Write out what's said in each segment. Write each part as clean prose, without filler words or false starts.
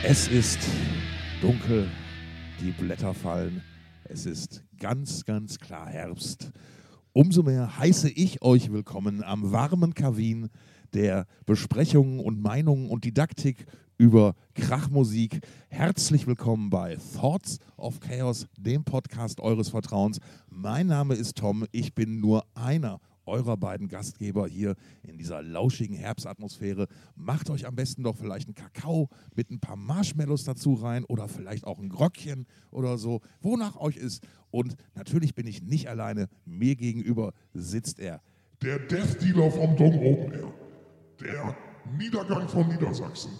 Es ist dunkel, die Blätter fallen, es ist ganz, ganz klar Herbst. Umso mehr heiße ich euch willkommen am warmen Kavin der Besprechungen und Meinungen und Didaktik über Krachmusik. Herzlich willkommen bei Thoughts of Chaos, dem Podcast eures Vertrauens. Mein Name ist Tom, ich bin nur einer eurer beiden Gastgeber hier in dieser lauschigen Herbstatmosphäre. Macht euch am besten doch vielleicht einen Kakao mit ein paar Marshmallows dazu rein oder vielleicht auch ein Gröckchen oder so, wonach euch ist. Und natürlich bin ich nicht alleine, mir gegenüber sitzt er. Der Death Dealer vom Dom Open Air. Der Niedergang von Niedersachsen.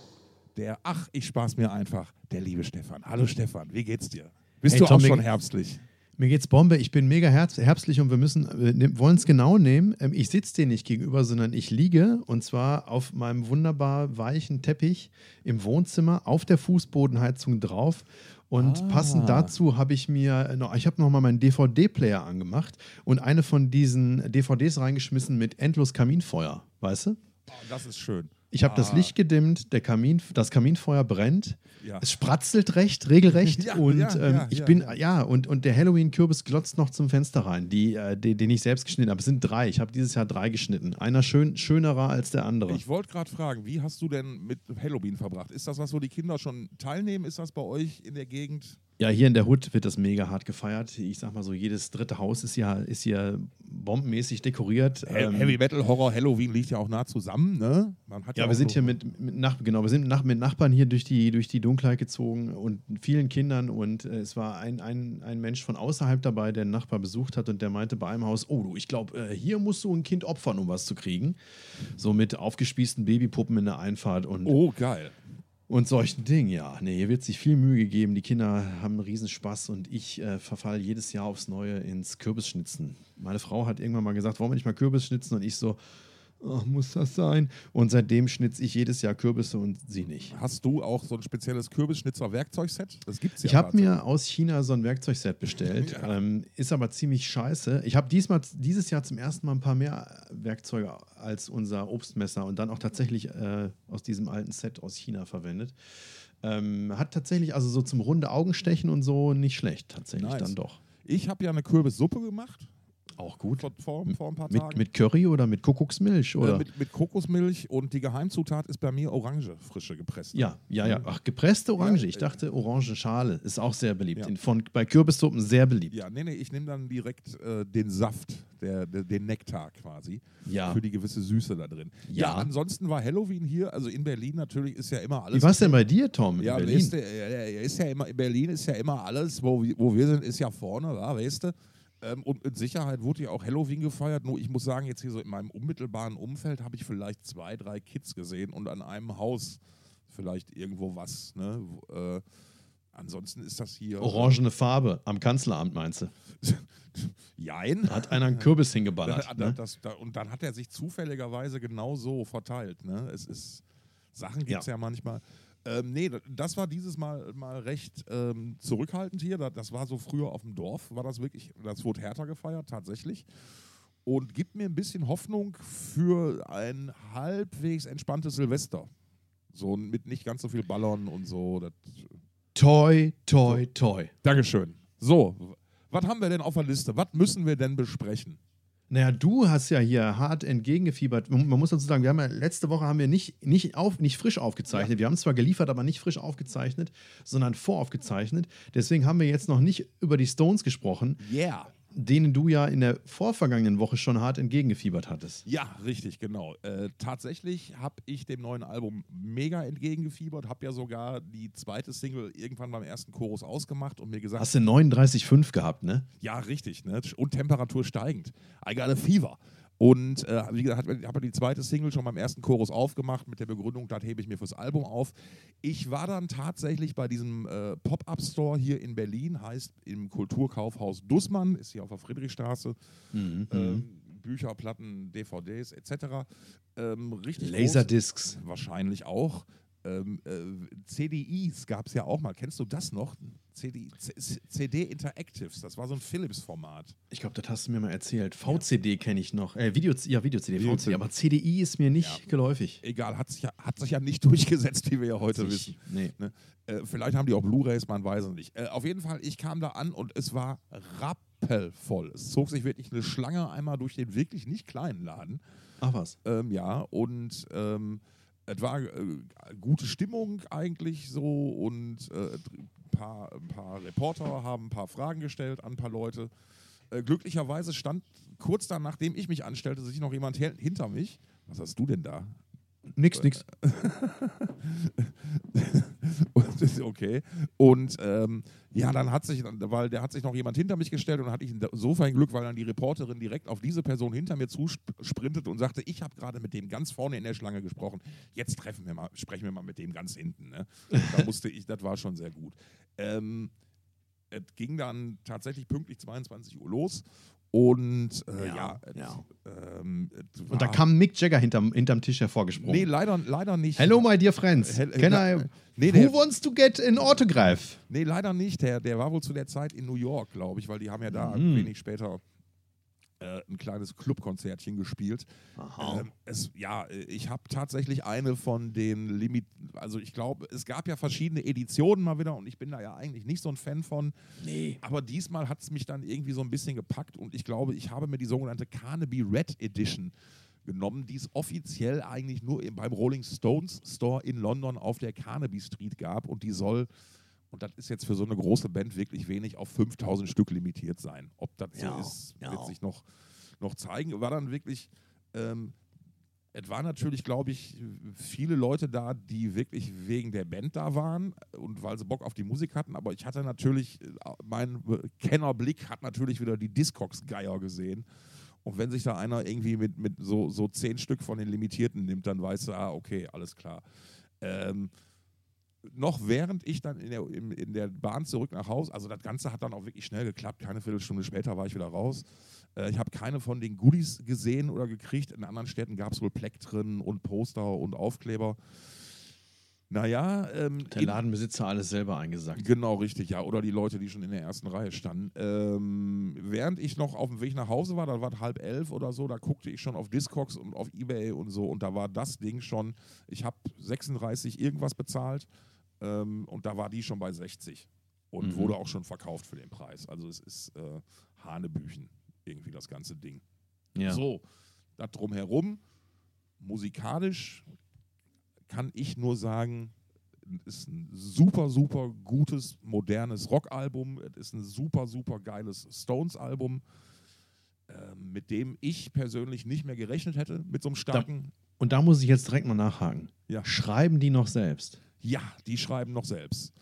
Ich spaß mir einfach, der liebe Stefan. Hallo Stefan, wie geht's dir? Bist Hey, du Tom, auch schon herbstlich? Mir geht's Bombe. Ich bin mega herbstlich und wir wollen es genau nehmen. Ich sitze dir nicht gegenüber, sondern ich liege und zwar auf meinem wunderbar weichen Teppich im Wohnzimmer auf der Fußbodenheizung drauf. Und passend dazu habe ich noch mal meinen DVD-Player angemacht und eine von diesen DVDs reingeschmissen mit endlos Kaminfeuer, weißt du? Oh, das ist schön. Ich habe das Licht gedimmt, das Kaminfeuer brennt, Ja. es spratzelt regelrecht Ja, und ja. Und der Halloween-Kürbis glotzt noch zum Fenster rein, den ich selbst geschnitten habe. Es sind 3, ich habe dieses Jahr 3 geschnitten. Einer schönerer als der andere. Ich wollte gerade fragen, wie hast du denn mit Halloween verbracht? Ist das was, wo die Kinder schon teilnehmen? Ist das bei euch in der Gegend? Ja, hier in der Hood wird das mega hart gefeiert. Ich sag mal so, jedes dritte Haus ist hier bombenmäßig dekoriert. Heavy Metal, Horror, Halloween liegt ja auch nah zusammen, ne? Wir sind hier mit Nachbarn hier durch die Dunkelheit gezogen und vielen Kindern und es war ein Mensch von außerhalb dabei, der einen Nachbar besucht hat und der meinte bei einem Haus, ich glaube, hier musst du ein Kind opfern, um was zu kriegen. So mit aufgespießten Babypuppen in der Einfahrt und geil. und solchen Dingen, ja. Nee, hier wird sich viel Mühe gegeben. Die Kinder haben einen Riesenspaß und ich verfalle jedes Jahr aufs Neue ins Kürbisschnitzen. Meine Frau hat irgendwann mal gesagt, wollen wir nicht mal Kürbis schnitzen? Und ich so, muss das sein? Und seitdem schnitze ich jedes Jahr Kürbisse und sie nicht. Hast du auch so ein spezielles Kürbisschnitzer-Werkzeugset? Das gibt's ja. Ich habe mir aus China so ein Werkzeugset bestellt, Ja. ist aber ziemlich scheiße. Ich habe dieses Jahr zum ersten Mal ein paar mehr Werkzeuge als unser Obstmesser und dann auch tatsächlich aus diesem alten Set aus China verwendet. Hat tatsächlich, also so zum runde Augenstechen und so nicht schlecht, tatsächlich Nice. dann doch. Ich habe ja eine Kürbissuppe gemacht. Auch gut. Vor ein paar Tagen. Mit Curry oder mit Kokosmilch? Oder? Mit Kokosmilch und die Geheimzutat ist bei mir Orange, frische gepresst. Ja. Ach, gepresste Orange. Ja, Ich dachte, Orangenschale ist auch sehr beliebt. Ja. Bei Kürbissuppen sehr beliebt. Ja, nee, ich nehme dann direkt den Saft, den Nektar quasi, Ja. für die gewisse Süße da drin. Ja. Ansonsten war Halloween hier, also in Berlin natürlich ist ja immer alles. Wie war es denn bei dir, Tom, Ja, in Berlin? weißt du, ist ja immer, in Berlin ist ja immer alles, wo wir sind, ist ja vorne, weißt du? Und mit Sicherheit wurde ja auch Halloween gefeiert, nur ich muss sagen, jetzt hier so in meinem unmittelbaren Umfeld habe ich vielleicht 2, 3 Kids gesehen und an einem Haus vielleicht irgendwo was, ne? Ansonsten ist das hier... Orangene Farbe am Kanzleramt, meinst du? Jein. Da hat einer einen Kürbis hingeballert. Und dann hat er sich zufälligerweise genau so verteilt. Ne? Sachen gibt es ja manchmal. Das war dieses Mal recht zurückhaltend hier. Das war so früher auf dem Dorf, das wurde härter gefeiert, tatsächlich. Und gibt mir ein bisschen Hoffnung für ein halbwegs entspanntes Silvester. So mit nicht ganz so viel Ballern und so. Toi, toi, toi. Dankeschön. So, was haben wir denn auf der Liste? Was müssen wir denn besprechen? Naja, du hast ja hier hart entgegengefiebert. Man muss dazu sagen, letzte Woche haben wir nicht frisch aufgezeichnet. Ja. Wir haben zwar geliefert, aber nicht frisch aufgezeichnet, sondern voraufgezeichnet. Deswegen haben wir jetzt noch nicht über die Stones gesprochen. Yeah. Denen du ja in der vorvergangenen Woche schon hart entgegengefiebert hattest. Ja, richtig, genau. Tatsächlich habe ich dem neuen Album mega entgegengefiebert, habe ja sogar die zweite Single irgendwann beim ersten Chorus ausgemacht und mir gesagt... Hast du 39,5 gehabt, ne? Ja, richtig, ne? Und Temperatur steigend. I got a fever. Und wie gesagt, habe die zweite Single schon beim ersten Chorus aufgemacht mit der Begründung, das hebe ich mir fürs Album auf. Ich war dann tatsächlich bei diesem Pop-Up-Store hier in Berlin, heißt im Kulturkaufhaus Dussmann, ist hier auf der Friedrichstraße. Bücher, Platten, DVDs etc. Richtig Laserdiscs. Wahrscheinlich auch. CDIs gab es ja auch mal. Kennst du das noch? CD Interactives, das war so ein Philips-Format. Ich glaube, das hast du mir mal erzählt. VCD kenne ich noch. Video-CD, Video VCD. Aber CDI ist mir nicht geläufig. Egal, hat sich ja nicht durchgesetzt, wie wir ja heute wissen. Nee. Ne? Vielleicht haben die auch Blu-Rays, man weiß es nicht. Auf jeden Fall, ich kam da an und es war rappelvoll. Es zog sich wirklich eine Schlange einmal durch den wirklich nicht kleinen Laden. Ach was. Ja, und es war gute Stimmung eigentlich so und ein paar Reporter haben ein paar Fragen gestellt an ein paar Leute. Glücklicherweise stand kurz dann, nachdem ich mich anstellte, sich noch jemand hinter mich. Was hast du denn da? Nix. Okay. Und ja, dann hat sich noch jemand hinter mich gestellt und dann hatte ich insofern Glück, weil dann die Reporterin direkt auf diese Person hinter mir zusprintet und sagte, ich habe gerade mit dem ganz vorne in der Schlange gesprochen, jetzt sprechen wir mal mit dem ganz hinten. Ne? Da musste ich, das war schon sehr gut. Es ging dann tatsächlich pünktlich 22 Uhr los. Und und da kam Mick Jagger hinterm Tisch hervorgesprungen. Nee, leider nicht. Hello, my dear friends. Who wants to get an autograph? Nee, leider nicht. Der war wohl zu der Zeit in New York, glaube ich, weil die haben ja da wenig später ein kleines Clubkonzertchen gespielt. Ich habe tatsächlich eine von den also ich glaube, es gab ja verschiedene Editionen mal wieder und ich bin da ja eigentlich nicht so ein Fan von. Nee. Aber diesmal hat es mich dann irgendwie so ein bisschen gepackt und ich glaube, ich habe mir die sogenannte Carnaby Red Edition genommen, die es offiziell eigentlich nur beim Rolling Stones Store in London auf der Carnaby Street gab und die soll, und das ist jetzt für so eine große Band wirklich wenig, auf 5000 Stück limitiert sein. Ob das so ist, wird sich noch zeigen. War dann wirklich, es waren natürlich, glaube ich, viele Leute da, die wirklich wegen der Band da waren und weil sie Bock auf die Musik hatten, aber ich hatte natürlich, mein Kennerblick hat natürlich wieder die Discogs-Geier gesehen. Und wenn sich da einer irgendwie mit so 10 Stück von den Limitierten nimmt, dann weißt du, okay, alles klar. Noch während ich dann in der Bahn zurück nach Hause, also das Ganze hat dann auch wirklich schnell geklappt, keine Viertelstunde später war ich wieder raus. Ich habe keine von den Goodies gesehen oder gekriegt. In anderen Städten gab es wohl Plektren und Poster und Aufkleber. Naja. Der Ladenbesitzer alles selber eingesackt. Genau, richtig, ja. Oder die Leute, die schon in der ersten Reihe standen. Während ich noch auf dem Weg nach Hause war, da war es 10:30 oder so, da guckte ich schon auf Discogs und auf Ebay und so und da war das Ding schon, ich habe 36 irgendwas bezahlt und da war die schon bei 60 und wurde auch schon verkauft für den Preis. Also es ist Hanebüchen irgendwie das ganze Ding. Ja. So, das drumherum, musikalisch kann ich nur sagen, es ist ein super, super gutes, modernes Rockalbum. Es ist ein super, super geiles Stones-Album, mit dem ich persönlich nicht mehr gerechnet hätte, mit so einem starken... Und da muss ich jetzt direkt mal nachhaken. Ja. Schreiben die noch selbst? Ja, die schreiben noch selbst.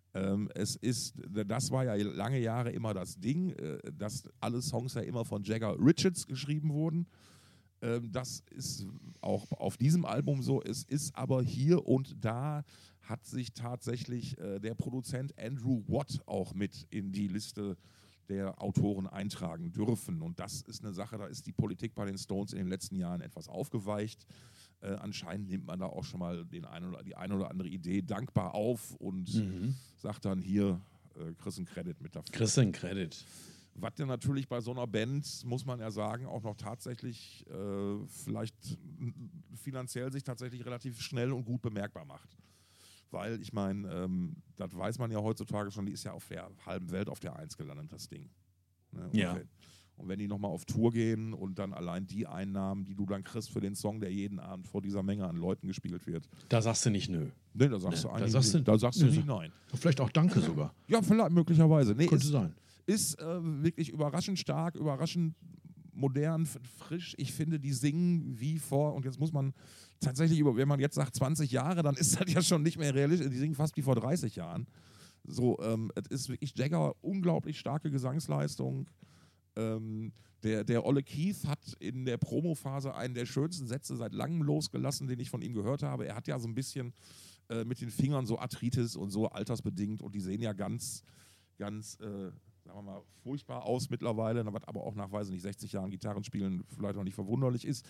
Das war ja lange Jahre immer das Ding, dass alle Songs ja immer von Jagger Richards geschrieben wurden. Das ist auch auf diesem Album so. Es ist aber hier und da hat sich tatsächlich der Produzent Andrew Watt auch mit in die Liste der Autoren eintragen dürfen. Und das ist eine Sache, da ist die Politik bei den Stones in den letzten Jahren etwas aufgeweicht. Anscheinend nimmt man da auch schon mal die eine oder andere Idee dankbar auf und sagt dann hier, kriegst einen Credit mit dafür. Kriegst einen Credit. Was ja natürlich bei so einer Band, muss man ja sagen, auch noch tatsächlich vielleicht finanziell sich tatsächlich relativ schnell und gut bemerkbar macht. Weil ich meine, das weiß man ja heutzutage schon, die ist ja auf der halben Welt auf der 1 gelandet, das Ding. Ne? Und wenn die nochmal auf Tour gehen und dann allein die Einnahmen, die du dann kriegst für den Song, der jeden Abend vor dieser Menge an Leuten gespielt wird. Da sagst du nicht nö. Nee, da sagst du eigentlich da sagst du nicht nein. Vielleicht auch Danke sogar. Ja, vielleicht möglicherweise. Nee, könnte sein. Ist wirklich überraschend stark, überraschend modern, frisch. Ich finde, die singen wie vor, und jetzt muss man tatsächlich, wenn man jetzt sagt 20 Jahre, dann ist das ja schon nicht mehr realistisch. Die singen fast wie vor 30 Jahren. So, es ist wirklich Jagger, unglaublich starke Gesangsleistung. Der Olle Keith hat in der Promophase einen der schönsten Sätze seit langem losgelassen, den ich von ihm gehört habe. Er hat ja so ein bisschen mit den Fingern so Arthritis und so altersbedingt und die sehen ja ganz sagen wir mal, furchtbar aus mittlerweile, was aber auch nach, weiß ich nicht, 60 Jahren Gitarrenspielen vielleicht noch nicht verwunderlich ist.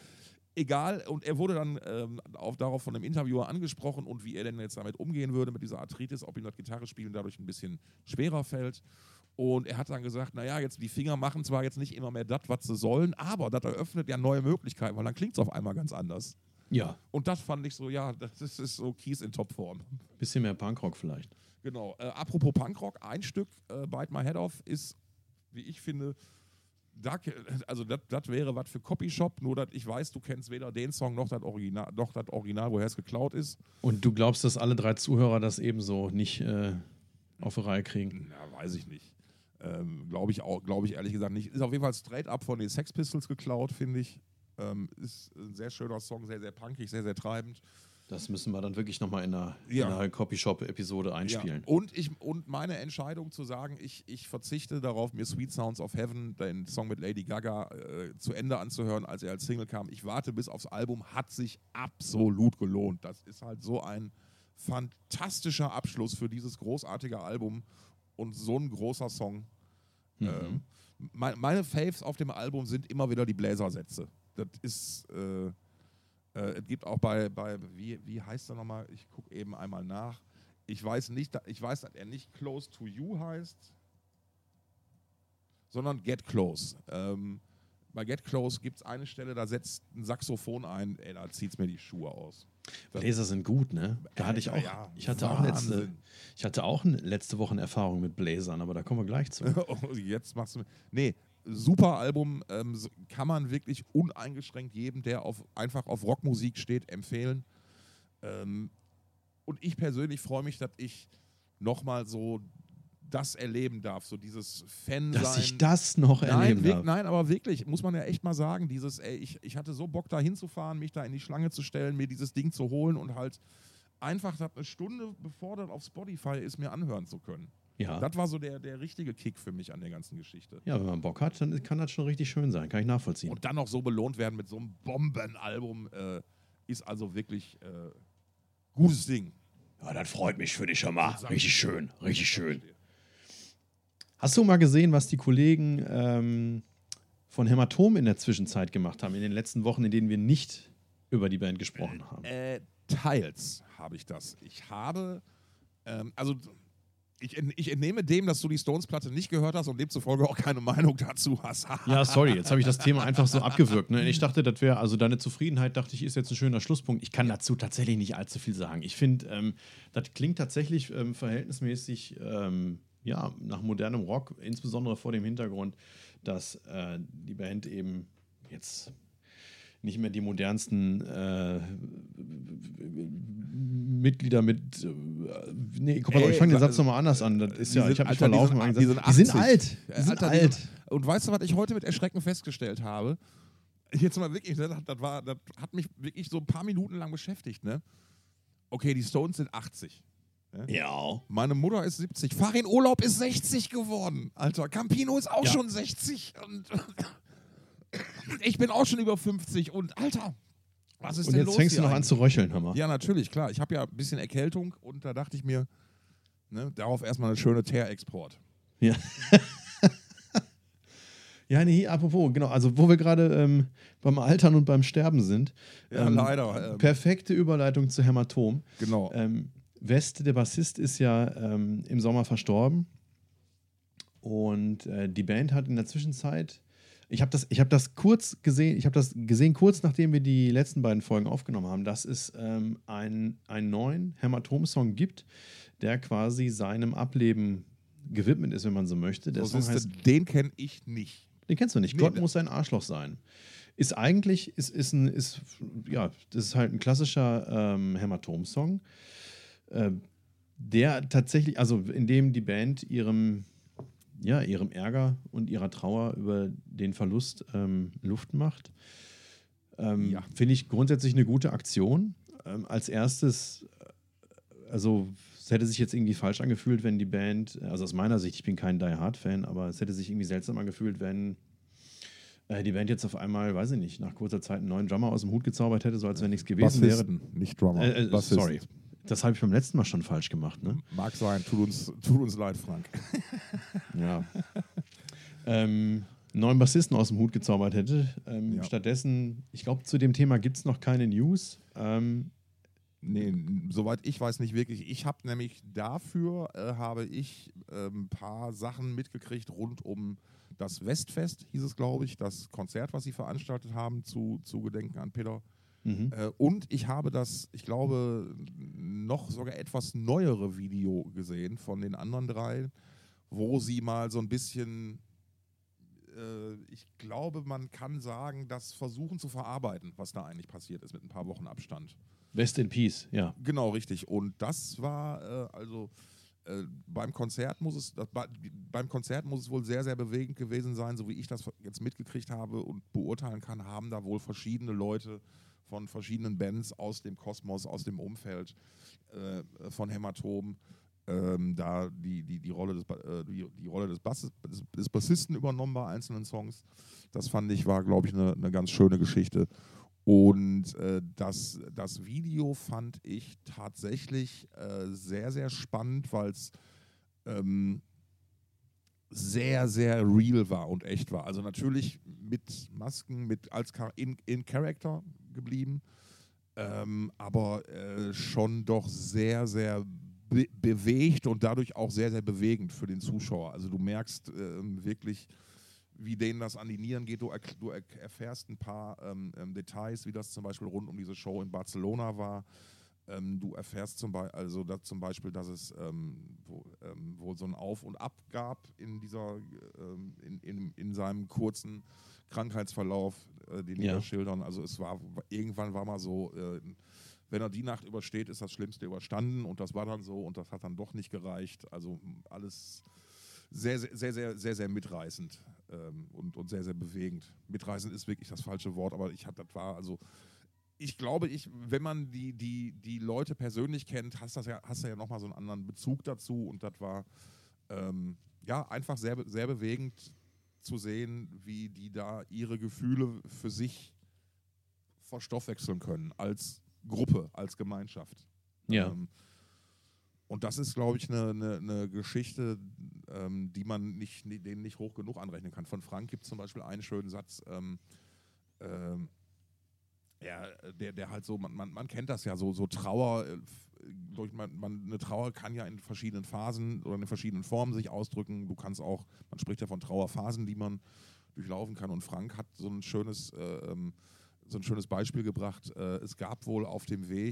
egal, und er wurde dann darauf von einem Interviewer angesprochen und wie er denn jetzt damit umgehen würde, mit dieser Arthritis, ob ihm das Gitarrespielen dadurch ein bisschen schwerer fällt. Und er hat dann gesagt, naja, jetzt die Finger machen zwar jetzt nicht immer mehr das, was sie sollen, aber das eröffnet ja neue Möglichkeiten, weil dann klingt es auf einmal ganz anders. Ja. Und das fand ich so, ja, das ist so Kies in Topform. Bisschen mehr Punkrock vielleicht. Genau. Apropos Punkrock, ein Stück, Bite My Head Off, ist, wie ich finde, das wäre was für Copyshop, nur dass ich weiß, du kennst weder den Song noch das Original, woher es geklaut ist. Und du glaubst, dass alle 3 Zuhörer das ebenso nicht auf die Reihe kriegen? Na, weiß ich nicht. Glaube ich ehrlich gesagt nicht. Ist auf jeden Fall straight up von den Sex Pistols geklaut, finde ich. Ist ein sehr schöner Song, sehr, sehr punkig, sehr, sehr treibend. Das müssen wir dann wirklich nochmal in einer Copyshop-Episode einspielen. Ja. Und meine Entscheidung zu sagen, ich verzichte darauf, mir Sweet Sounds of Heaven, den Song mit Lady Gaga, zu Ende anzuhören, als er als Single kam. Ich warte bis aufs Album, hat sich absolut gelohnt. Das ist halt so ein fantastischer Abschluss für dieses großartige Album und so ein großer Song. Meine Faves auf dem Album sind immer wieder die Bläsersätze. Das ist... es gibt auch bei wie heißt er nochmal? Ich gucke eben einmal nach. Ich weiß, dass er nicht Close to You heißt, sondern Get Close. Bei Get Close gibt es eine Stelle, da setzt ein Saxophon ein, da zieht es mir die Schuhe aus. Bläser sind gut, ne? Da hatte ich auch. Ja, ich hatte auch letzte Woche eine Erfahrung mit Bläsern, aber da kommen wir gleich zu. Jetzt machst du. Nee, super Album, kann man wirklich uneingeschränkt jedem, der einfach auf Rockmusik steht, empfehlen. Und ich persönlich freue mich, dass ich nochmal so das erleben darf, so dieses Fan sein. Dass ich das noch erleben darf. Nein, aber wirklich, muss man ja echt mal sagen, dieses, ich hatte so Bock da hinzufahren, mich da in die Schlange zu stellen, mir dieses Ding zu holen und halt einfach das eine Stunde, bevor das auf Spotify ist, mir anhören zu können. Ja. Das war so der richtige Kick für mich an der ganzen Geschichte. Ja, wenn man Bock hat, dann kann das schon richtig schön sein. Kann ich nachvollziehen. Und dann noch so belohnt werden mit so einem Bombenalbum, ist also wirklich gutes Ding. Ja, das freut mich für dich schon mal. Richtig schön, richtig schön. Verstehe. Hast du mal gesehen, was die Kollegen von Hämatom in der Zwischenzeit gemacht haben, in den letzten Wochen, in denen wir nicht über die Band gesprochen haben? Teils habe ich das. Ich habe, ich entnehme dem, dass du die Stones-Platte nicht gehört hast und demzufolge auch keine Meinung dazu hast. Ja, sorry, jetzt habe ich das Thema einfach so abgewürgt. Ne? Ich dachte, das wäre, also deine Zufriedenheit, dachte ich, ist jetzt ein schöner Schlusspunkt. Ich kann dazu tatsächlich nicht allzu viel sagen. Ich finde, das klingt tatsächlich verhältnismäßig nach modernem Rock, insbesondere vor dem Hintergrund, dass die Band eben jetzt nicht mehr die modernsten Mitglieder mit. Guck mal, ich fange den Satz nochmal anders an. Das ist ich habe mich verlaufen. Die sind alt. Die sind alt. Und weißt du, was ich heute mit Erschrecken festgestellt habe? Jetzt mal wirklich, das hat mich wirklich so ein paar Minuten lang beschäftigt, ne? Okay, die Stones sind 80. Ja. Meine Mutter ist 70. Farin Urlaub ist 60 geworden. Alter, Campino ist auch schon 60. Und ich bin auch schon über 50. Und Alter, was ist denn los? Und jetzt fängst du noch an zu röcheln, Hammer. Ja, natürlich, klar. Ich habe ja ein bisschen Erkältung und da dachte ich mir, ne, darauf erstmal eine schöne Teerexport. Ja. Ja, nee, apropos, genau, also wo wir gerade beim Altern und beim Sterben sind. Ja, leider. Perfekte Überleitung zu Hämatom. Genau. West, der Bassist, ist ja im Sommer verstorben. Und die Band hat in der Zwischenzeit, ich habe das gesehen, kurz nachdem wir die letzten beiden Folgen aufgenommen haben, dass es einen neuen Hämatom-Song gibt, der quasi seinem Ableben gewidmet ist, wenn man so möchte. Der Song heißt, den kenne ich nicht. Den kennst du nicht. Nee, Gott muss ein Arschloch sein. Ist eigentlich, das ist halt ein klassischer Hämatom-Song, der tatsächlich, also in dem die Band ihrem Ärger und ihrer Trauer über den Verlust Luft macht. Finde ich grundsätzlich eine gute Aktion. Als erstes, also es hätte sich jetzt irgendwie falsch angefühlt, wenn die Band, also aus meiner Sicht, ich bin kein Die Hard-Fan, aber es hätte sich irgendwie seltsam angefühlt, wenn die Band jetzt auf einmal, weiß ich nicht, nach kurzer Zeit einen neuen Drummer aus dem Hut gezaubert hätte, so als wenn nichts gewesen wäre. Nicht Drummer. Sorry. Das habe ich beim letzten Mal schon falsch gemacht, ne? Mag sein, tut uns leid, Frank. Ja. einen neuen Bassisten aus dem Hut gezaubert hätte. Ja. Stattdessen, ich glaube, zu dem Thema gibt es noch keine News. Nee, soweit ich weiß nicht wirklich. Ich habe nämlich dafür, habe ich ein paar Sachen mitgekriegt rund um das Westfest, hieß es, glaube ich, das Konzert, was sie veranstaltet haben, zu Gedenken an Peter. Und ich habe das, ich glaube, noch sogar etwas neuere Video gesehen von den anderen drei, wo sie mal so ein bisschen, ich glaube, man kann sagen, das versuchen zu verarbeiten, was da eigentlich passiert ist mit ein paar Wochen Abstand. Rest in Peace, ja. Genau, richtig. Und das war beim Konzert muss es wohl sehr, sehr bewegend gewesen sein, so wie ich das jetzt mitgekriegt habe und beurteilen kann, haben da wohl verschiedene Leute von verschiedenen Bands aus dem Kosmos, aus dem Umfeld von Hämatom da die Rolle des Bassisten übernommen bei einzelnen Songs. Das fand ich, war, glaube ich, eine ganz schöne Geschichte. Und das Video fand ich tatsächlich sehr, sehr spannend, weil es sehr, sehr real war und echt war. Also natürlich mit Masken, in Character geblieben, aber schon doch sehr, sehr bewegt und dadurch auch sehr, sehr bewegend für den Zuschauer. Also du merkst wirklich, wie denen das an die Nieren geht. Du erfährst ein paar Details, wie das zum Beispiel rund um diese Show in Barcelona war. Du erfährst zum Beispiel, dass es wohl so ein Auf und Ab gab in seinem kurzen Krankheitsverlauf, den die da schildern. Also irgendwann war mal so, wenn er die Nacht übersteht, ist das Schlimmste überstanden, und das war dann so, und das hat dann doch nicht gereicht. Also alles sehr, sehr, sehr, sehr, sehr, sehr mitreißend und sehr, sehr bewegend. Mitreißend ist wirklich das falsche Wort, aber ich glaube, wenn man die Leute persönlich kennt, hast du ja nochmal so einen anderen Bezug dazu, und das war einfach sehr, sehr bewegend zu sehen, wie die da ihre Gefühle für sich verstoffwechseln können, als Gruppe, als Gemeinschaft. Ja. Und das ist, glaube ich, eine Geschichte, die man denen nicht hoch genug anrechnen kann. Von Frank gibt es zum Beispiel einen schönen Satz, der halt so, man kennt das ja, so Trauer, eine Trauer kann ja in verschiedenen Phasen oder in verschiedenen Formen sich ausdrücken. Man spricht ja von Trauerphasen, die man durchlaufen kann. Und Frank hat so ein schönes Beispiel gebracht. Es gab wohl auf dem Weg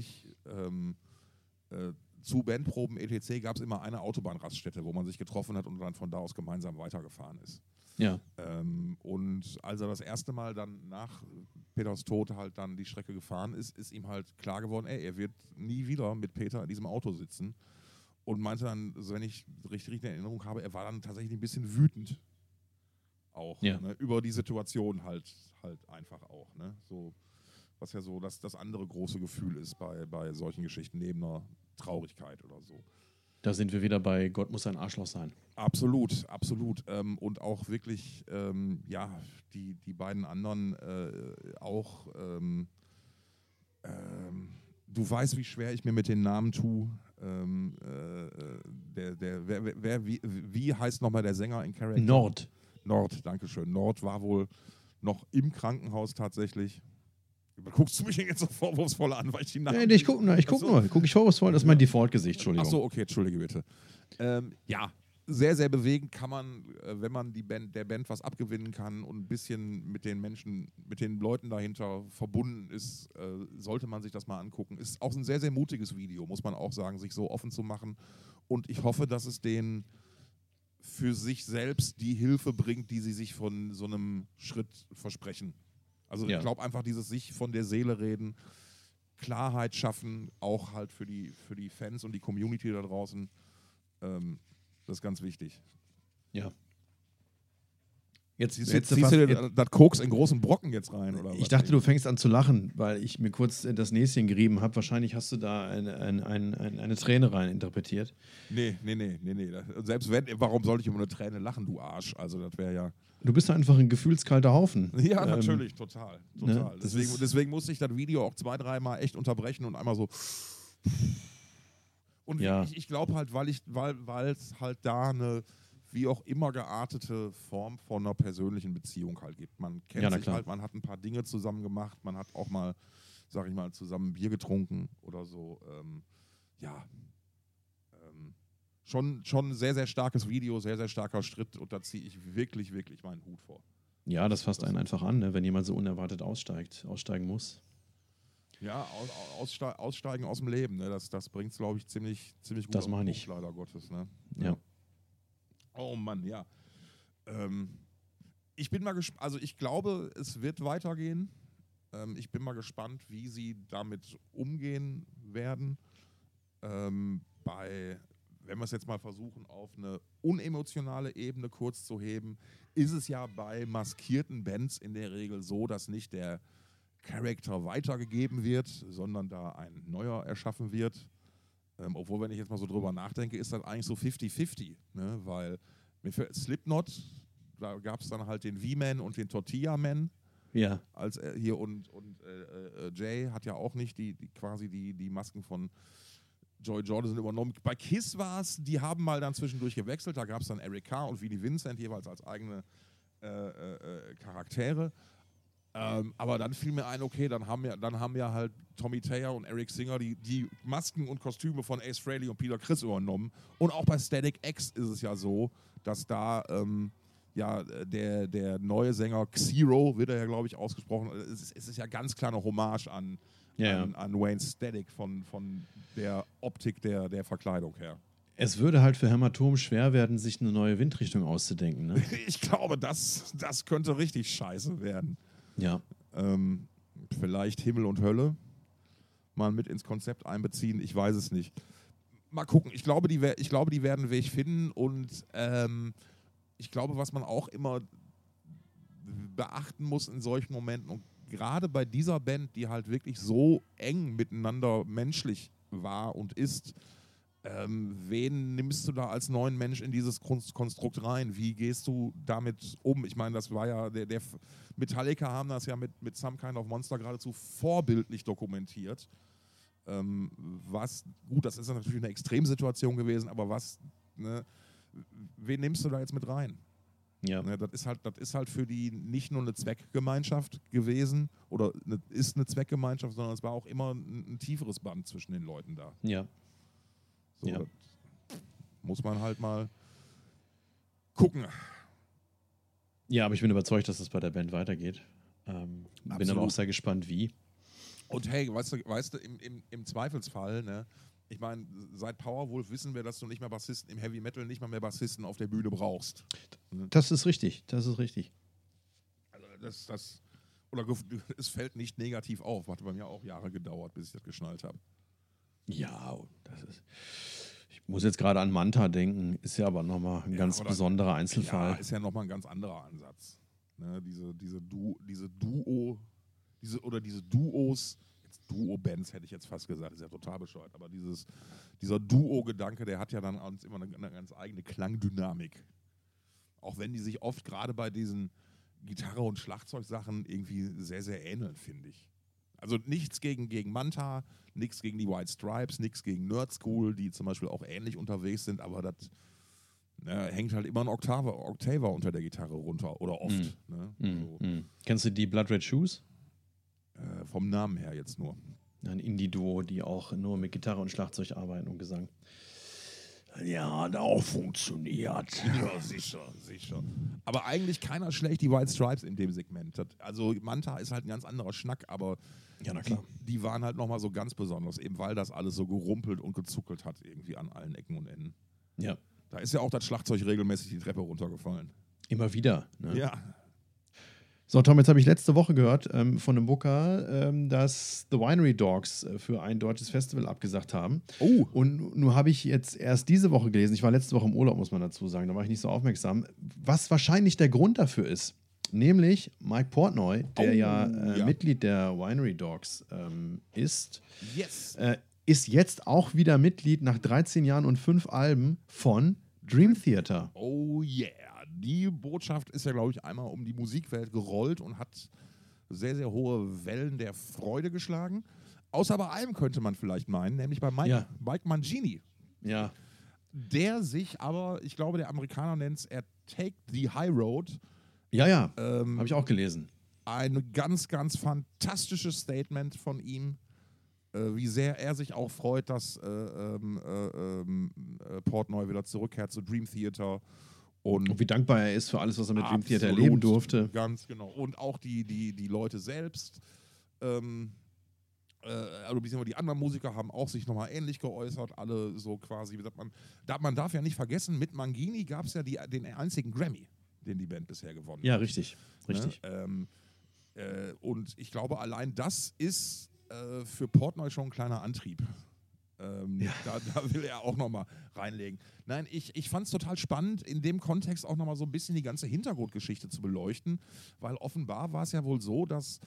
zu Bandproben etc. gab es immer eine Autobahnraststätte, wo man sich getroffen hat und dann von da aus gemeinsam weitergefahren ist. Ja. Und als er das erste Mal dann nach Peters Tod halt dann die Strecke gefahren ist ihm halt klar geworden, er wird nie wieder mit Peter in diesem Auto sitzen, und meinte dann, also wenn ich richtig in Erinnerung habe, er war dann tatsächlich ein bisschen wütend auch, ne, über die Situation halt einfach auch, ne, so, was ja so das andere große Gefühl ist bei solchen Geschichten, neben einer Traurigkeit oder so. Da sind wir wieder bei Gott muss ein Arschloch sein. Absolut, absolut. Und auch wirklich, die beiden anderen auch, du weißt, wie schwer ich mir mit den Namen tue. Wie heißt nochmal der Sänger in Character? Nord, danke schön. Nord war wohl noch im Krankenhaus tatsächlich. Guckst du mich jetzt so vorwurfsvoll an, weil ich die Namen... Nee, ich gucke nur. Ich gucke vorwurfsvoll, das ist mein Default-Gesicht, Entschuldigung. Achso, okay, entschuldige bitte. Sehr, sehr bewegend kann man, wenn man der Band was abgewinnen kann und ein bisschen mit den Menschen, mit den Leuten dahinter verbunden ist, sollte man sich das mal angucken. Ist auch ein sehr, sehr mutiges Video, muss man auch sagen, sich so offen zu machen. Und ich hoffe, dass es denen für sich selbst die Hilfe bringt, die sie sich von so einem Schritt versprechen. Also ich glaube einfach, dieses sich von der Seele reden, Klarheit schaffen, auch halt für die Fans und die Community da draußen, das ist ganz wichtig. Ja. Jetzt ziehst du das Koks in großen Brocken jetzt rein, oder was? Ich dachte, du fängst an zu lachen, weil ich mir kurz das Näschen gerieben habe. Wahrscheinlich hast du da eine Träne rein interpretiert. Nee. Selbst wenn, warum sollte ich über eine Träne lachen, du Arsch? Also das wäre ja... Du bist einfach ein gefühlskalter Haufen. Ja, natürlich, total. Ne? Deswegen musste ich das Video auch 2-3 Mal echt unterbrechen und einmal so... Und ich glaube halt, weil es halt da eine wie auch immer geartete Form von einer persönlichen Beziehung halt gibt. Man kennt Ja, na sich klar. halt, man hat ein paar Dinge zusammen gemacht, man hat auch mal, sag ich mal, zusammen Bier getrunken oder so. Schon ein sehr, sehr starkes Video, sehr, sehr starker Schritt und da ziehe ich wirklich, wirklich meinen Hut vor. Ja, das fasst einen einfach an, ne? Wenn jemand so unerwartet aussteigen muss. Ja, aussteigen aus dem Leben, ne? Das bringt es, glaube ich, ziemlich gut Das auf den meine Punkt, ich. leider Gottes. Ne? Ja. Oh Mann, ja. Ich bin mal gespannt, also ich glaube, es wird weitergehen. Ich bin mal gespannt, wie sie damit umgehen werden. Wenn wir es jetzt mal versuchen, auf eine unemotionale Ebene kurz zu heben, ist es ja bei maskierten Bands in der Regel so, dass nicht der Charakter weitergegeben wird, sondern da ein neuer erschaffen wird. Obwohl, wenn ich jetzt mal so drüber nachdenke, ist das eigentlich so 50-50. Ne? Weil Slipknot, da gab es dann halt den V-Man und den Tortilla-Man. Ja. Als hier und Jay hat ja auch nicht quasi die Masken von Joy Jordison übernommen. Bei Kiss war es, die haben mal dann zwischendurch gewechselt. Da gab es dann Eric Carr und Vinnie Vincent jeweils als eigene Charaktere. Aber dann fiel mir ein, okay, dann haben ja halt Tommy Thayer und Eric Singer die Masken und Kostüme von Ace Frehley und Peter Criss übernommen. Und auch bei Static X ist es ja so, dass da der neue Sänger Xero, wird er ja, glaube ich, ausgesprochen. Es ist ja ganz klar eine Hommage an Wayne Static von der Optik der Verkleidung her. Es würde halt für Hämatom schwer werden, sich eine neue Windrichtung auszudenken, ne? Ich glaube, das könnte richtig scheiße werden. Ja. Vielleicht Himmel und Hölle mal mit ins Konzept einbeziehen, ich weiß es nicht. Mal gucken, ich glaube, die werden einen Weg finden und ich glaube, was man auch immer beachten muss in solchen Momenten und gerade bei dieser Band, die halt wirklich so eng miteinander menschlich war und ist, wen nimmst du da als neuen Mensch in dieses Konstrukt rein? Wie gehst du damit um? Ich meine, das war ja, der Metallica haben das ja mit Some Kind of Monster geradezu vorbildlich dokumentiert. Gut, das ist natürlich eine Extremsituation gewesen, aber wen nimmst du da jetzt mit rein? Ja. Ne, das ist halt für die nicht nur eine Zweckgemeinschaft gewesen oder ist eine Zweckgemeinschaft, sondern es war auch immer ein tieferes Band zwischen den Leuten da. Ja. So, Ja. das muss man halt mal gucken. Ja, aber ich bin überzeugt, dass es bei der Band weitergeht. Bin aber Absolut. auch sehr gespannt, wie. Und hey, weißt du im Zweifelsfall, ne, ich meine, seit Powerwolf wissen wir, dass du nicht mehr Bassisten im Heavy Metal nicht mal mehr Bassisten auf der Bühne brauchst. Das ist richtig, das ist richtig. Also es fällt nicht negativ auf. Hat bei mir auch Jahre gedauert, bis ich das geschnallt habe. Ja, ich muss jetzt gerade an Manta denken, ist ja aber nochmal ein ganz besonderer Einzelfall. Ja, ist ja nochmal ein ganz anderer Ansatz. Ne, diese Duos, jetzt Duo-Bands hätte ich jetzt fast gesagt, ist ja total bescheuert, aber dieser Duo-Gedanke, der hat ja dann immer eine ganz eigene Klangdynamik. Auch wenn die sich oft gerade bei diesen Gitarre- und Schlagzeugsachen irgendwie sehr, sehr ähneln, finde ich. Also nichts gegen Manta, nichts gegen die White Stripes, nichts gegen Nerd School, die zum Beispiel auch ähnlich unterwegs sind, aber das hängt halt immer ein Octaver unter der Gitarre runter oder oft. So. Kennst du die Blood Red Shoes? Vom Namen her jetzt nur. Ein Indie-Duo, die auch nur mit Gitarre und Schlagzeug arbeiten und Gesang. Ja, hat auch funktioniert. Ja, sicher. Aber eigentlich keiner schlecht die White Stripes in dem Segment. Also Manta ist halt ein ganz anderer Schnack, aber Ja, na klar. die waren halt nochmal so ganz besonders, eben weil das alles so gerumpelt und gezuckelt hat irgendwie an allen Ecken und Enden. Ja. Da ist ja auch das Schlagzeug regelmäßig die Treppe runtergefallen. Immer wieder. Ne? Ja. So, Tom, jetzt habe ich letzte Woche gehört von einem Booker, dass The Winery Dogs für ein deutsches Festival abgesagt haben. Oh. Und nun habe ich jetzt erst diese Woche gelesen, ich war letzte Woche im Urlaub, muss man dazu sagen, da war ich nicht so aufmerksam, was wahrscheinlich der Grund dafür ist. Nämlich Mike Portnoy, der ja Mitglied der Winery Dogs ist, Yes. ist jetzt auch wieder Mitglied nach 13 Jahren und 5 Alben von Dream Theater. Oh yeah. Die Botschaft ist ja, glaube ich, einmal um die Musikwelt gerollt und hat sehr, sehr hohe Wellen der Freude geschlagen. Außer bei einem könnte man vielleicht meinen, nämlich bei Mike Mangini. Ja. der sich aber, ich glaube, der Amerikaner nennt es, er Take the High Road. Ja, habe ich auch gelesen. Ein ganz, ganz fantastisches Statement von ihm, wie sehr er sich auch freut, dass Portnoy wieder zurückkehrt zu Dream Theater. Und wie dankbar er ist für alles, was er mit Dream Theater absolut, erleben durfte. Ganz genau. Und auch die Leute selbst, also die anderen Musiker haben auch sich nochmal ähnlich geäußert, alle so quasi, wie sagt man, man darf ja nicht vergessen, mit Mangini gab es ja den einzigen Grammy, den die Band bisher gewonnen hat. Ja, richtig. Ne? Und ich glaube, allein das ist für Portnoy schon ein kleiner Antrieb. Da will er auch nochmal reinlegen. Nein, ich fand es total spannend, in dem Kontext auch nochmal so ein bisschen die ganze Hintergrundgeschichte zu beleuchten, weil offenbar war es ja wohl so, dass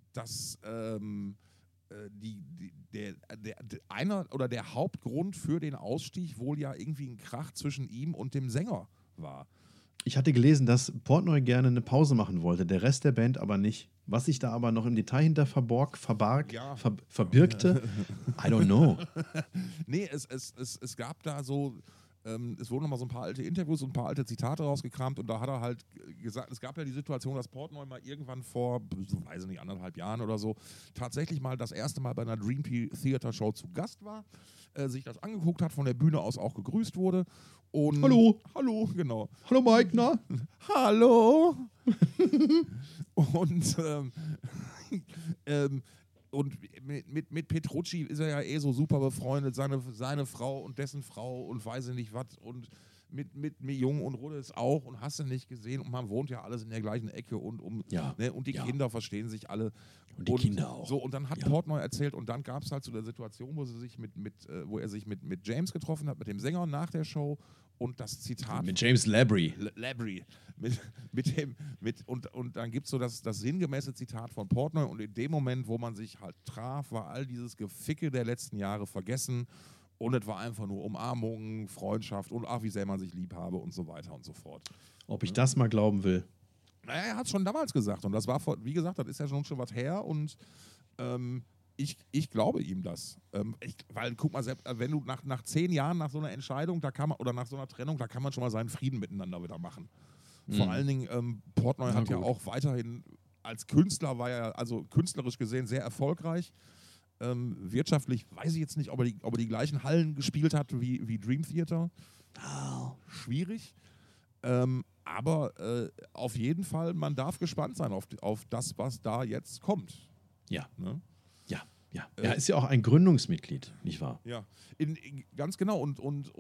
der Hauptgrund für den Ausstieg wohl ja irgendwie ein Krach zwischen ihm und dem Sänger war. Ich hatte gelesen, dass Portnoy gerne eine Pause machen wollte, der Rest der Band aber nicht. Was sich da aber noch im Detail hinter verbirgte, I don't know. Nee, es gab da so, es wurden nochmal so ein paar alte Interviews und ein paar alte Zitate rausgekramt und da hat er halt gesagt, es gab ja die Situation, dass Portnoy mal irgendwann vor, weiß ich nicht, 1,5 Jahren oder so, tatsächlich mal das erste Mal bei einer Dream Theater Show zu Gast war, sich das angeguckt hat, von der Bühne aus auch gegrüßt wurde. Und Hallo, genau. Hallo Mike, na? Hallo! Und mit Petrucci ist er ja eh so super befreundet, seine Frau und dessen Frau und weiß ich nicht was. Und mit Jung und Ruddes auch und hast du nicht gesehen. Und man wohnt ja alles in der gleichen Ecke und die Kinder verstehen sich alle. Und die Kinder auch. So, und dann hat Portnoy erzählt und dann gab es halt so eine Situation, wo er sich mit James getroffen hat, mit dem Sänger nach der Show. Und das Zitat. Mit James Labrie. Und dann gibt es so das sinngemäße Zitat von Portnoy. Und in dem Moment, wo man sich halt traf, war all dieses Geficke der letzten Jahre vergessen. Und es war einfach nur Umarmung, Freundschaft und ach, wie sehr man sich lieb habe und so weiter und so fort. Ob ich das mal glauben will. Naja, er hat es schon damals gesagt. Und das war, wie gesagt, das ist ja schon was her. Und ich glaube ihm das. Weil, guck mal, selbst, wenn du nach 10 Jahren nach so einer Entscheidung, oder nach so einer Trennung, da kann man schon mal seinen Frieden miteinander wieder machen. Vor allen Dingen, Portnoy hat ja auch weiterhin, als Künstler war er, also künstlerisch gesehen, sehr erfolgreich. Wirtschaftlich weiß ich jetzt nicht, ob er die gleichen Hallen gespielt hat wie Dream Theater. Schwierig. Aber auf jeden Fall, man darf gespannt sein auf das, was da jetzt kommt. Ja. Ne? Ja. Er ist ja auch ein Gründungsmitglied, nicht wahr? Ja, ganz genau. Und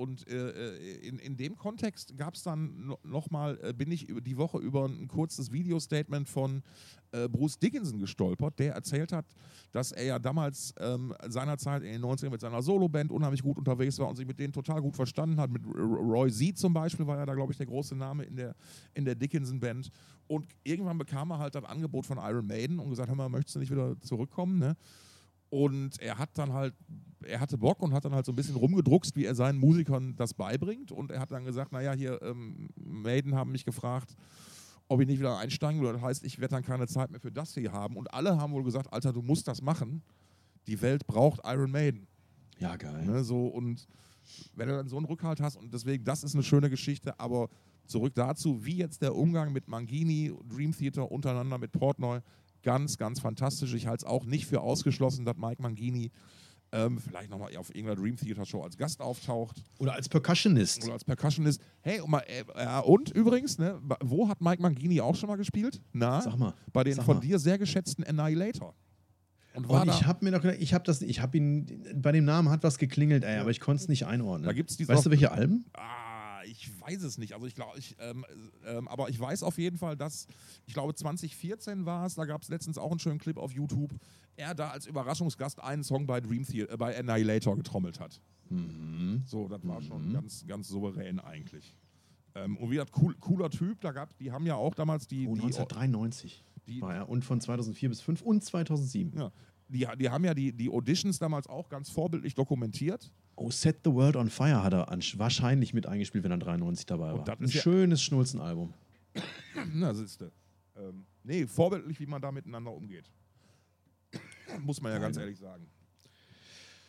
in dem Kontext gab es dann nochmal, bin ich die Woche über ein kurzes Video-Statement von Bruce Dickinson gestolpert, der erzählt hat, dass er ja damals seinerzeit in den 90ern mit seiner Soloband unheimlich gut unterwegs war und sich mit denen total gut verstanden hat. Mit Roy Z zum Beispiel war ja da, glaube ich, der große Name in der Dickinson-Band. Und irgendwann bekam er halt das Angebot von Iron Maiden und gesagt, hör mal, möchtest du nicht wieder zurückkommen, ne? Und er hatte Bock und hat dann halt so ein bisschen rumgedruckst, wie er seinen Musikern das beibringt. Und er hat dann gesagt, naja, hier, Maiden haben mich gefragt, ob ich nicht wieder einsteigen will. Das heißt, ich werde dann keine Zeit mehr für das hier haben. Und alle haben wohl gesagt, Alter, du musst das machen. Die Welt braucht Iron Maiden. Ja, geil. Ne, so, und wenn du dann so einen Rückhalt hast, und deswegen, das ist eine schöne Geschichte, aber zurück dazu, wie jetzt der Umgang mit Mangini, Dream Theater untereinander, mit Portnoy, ganz, ganz fantastisch. Ich halte es auch nicht für ausgeschlossen, dass Mike Mangini vielleicht nochmal auf irgendeiner Dream Theater Show als Gast auftaucht. Oder als Percussionist. Hey, und übrigens, ne, wo hat Mike Mangini auch schon mal gespielt? Na, sag mal. Bei den von dir sehr geschätzten Annihilator. Und ich habe mir doch gedacht, bei dem Namen hat was geklingelt, aber ich konnte es nicht einordnen. Da gibt's weißt du, welche Alben? Ich weiß es nicht. Also ich glaube, aber ich weiß auf jeden Fall, dass, ich glaube 2014 war es, da gab es letztens auch einen schönen Clip auf YouTube, er da als Überraschungsgast einen Song bei bei Annihilator getrommelt hat. So, das war schon ganz, ganz souverän eigentlich. Und wie gesagt, cooler Typ, die haben ja auch damals 1993 war er und von 2004 bis 2005 und 2007. Ja, die haben ja die Auditions damals auch ganz vorbildlich dokumentiert. Oh, Set the World on Fire hat er wahrscheinlich mit eingespielt, wenn er 93 dabei war. Ein schönes Schnulzenalbum. Na, siehste. Nee, vorbildlich, wie man da miteinander umgeht. Muss man ja ganz ehrlich sagen.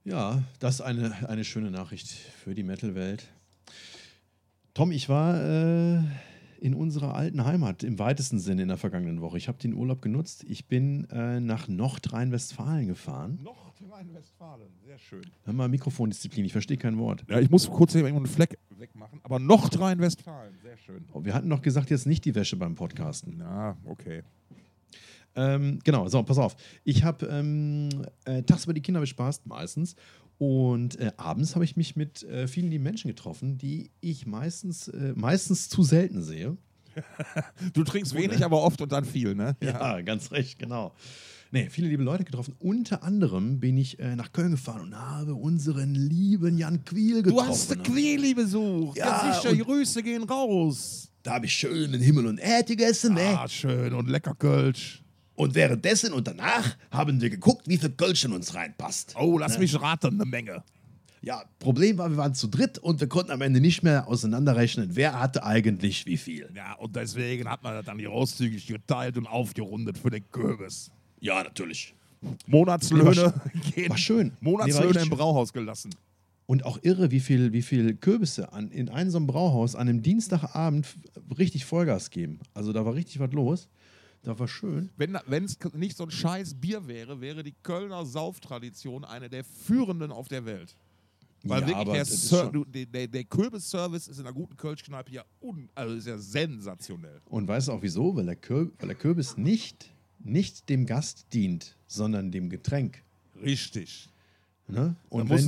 Ja, das ist eine schöne Nachricht für die Metal-Welt. Tom, ich war in unserer alten Heimat im weitesten Sinne in der vergangenen Woche. Ich habe den Urlaub genutzt. Ich bin nach Nordrhein-Westfalen gefahren. Nordrhein-Westfalen, sehr schön. Hör mal, Mikrofondisziplin, ich verstehe kein Wort. Ja, ich muss kurz hier irgendwo einen Fleck wegmachen, aber Nordrhein-Westfalen, sehr schön. Oh, wir hatten noch gesagt, jetzt nicht die Wäsche beim Podcasten. Na, okay. Genau, so, pass auf. Ich habe tagsüber die Kinder bespaßt, meistens. Und abends habe ich mich mit vielen lieben Menschen getroffen, die ich meistens zu selten sehe. Du trinkst wenig, aber oft und dann viel, ne? Ja, ganz recht, genau. Nee, viele liebe Leute getroffen. Unter anderem bin ich nach Köln gefahren und habe unseren lieben Jan Quiel getroffen. Du hast den Quili besucht. Ja, Ja, sicher, und- die Grüße gehen raus. Da habe ich schön in Himmel und Erde gegessen, ne? Ah, schön und lecker Kölsch. Und währenddessen und danach haben wir geguckt, wie viel Kölsch in uns reinpasst. Oh, lass mich raten, eine Menge. Ja, Problem war, wir waren zu dritt und wir konnten am Ende nicht mehr auseinanderrechnen, wer hatte eigentlich wie viel. Ja, und deswegen hat man das dann großzügig geteilt und aufgerundet für den Kürbis. Ja, natürlich. Monatslöhne gehen. war schön. Nee, war Monatslöhne richtig im schön. Brauhaus gelassen. Und auch irre, wie viel Kürbisse in einem so einem Brauhaus an einem Dienstagabend richtig Vollgas geben. Also da war richtig was los. Da war schön. Wenn es nicht so ein scheiß Bier wäre, wäre die Kölner Sauftradition eine der führenden auf der Welt. Weil Ja, wirklich aber der, das ist schon- der Kürbisservice ist in einer guten Kölschkneipe ja, also ist ja sensationell. Und weißt du auch wieso? Weil der Kürbis nicht dem Gast dient, sondern dem Getränk. Richtig. Ne? Und Hat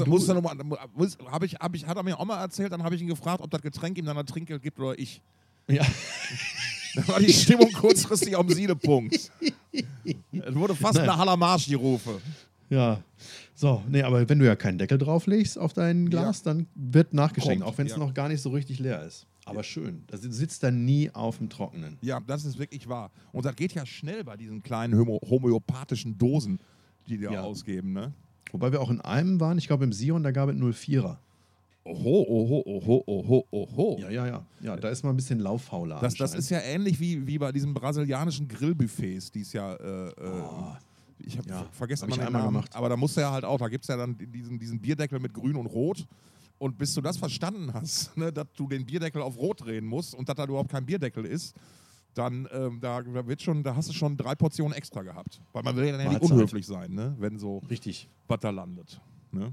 er mir auch mal erzählt, dann habe ich ihn gefragt, ob das Getränk ihm dann ein Trinkgeld gibt oder ich. ja. Da war die Stimmung kurzfristig am Siedepunkt. Es wurde fast Nein. eine Halamarsch-Rufe. Ja, so, nee, aber wenn du ja keinen Deckel drauflegst auf dein Glas, dann wird nachgeschenkt, Kommt, auch wenn es ja. noch gar nicht so richtig leer ist. Aber schön, du sitzt dann nie auf dem Trockenen. Ja, das ist wirklich wahr. Und das geht ja schnell bei diesen kleinen homöopathischen Dosen, die die Ja. ausgeben, ne? Wobei wir auch in einem waren, ich glaube im Sion, da gab es 04er. Oho. Ja, da ist mal ein bisschen lauffauler. Das anscheinend. ist ja ähnlich wie bei diesen brasilianischen Grillbuffets, die es ja. Ich habe vergessen hab ich mal den einmal Namen, gemacht. aber da musst du ja halt auch, da gibt es ja dann diesen Bierdeckel mit Grün und Rot. Und bis du das verstanden hast, ne, dass du den Bierdeckel auf Rot drehen musst und dass da überhaupt kein Bierdeckel ist, dann da hast du schon 3 Portionen extra gehabt. Weil man will ja nicht Mahlzeit. unhöflich sein, ne, wenn so Richtig. was da landet. Ne?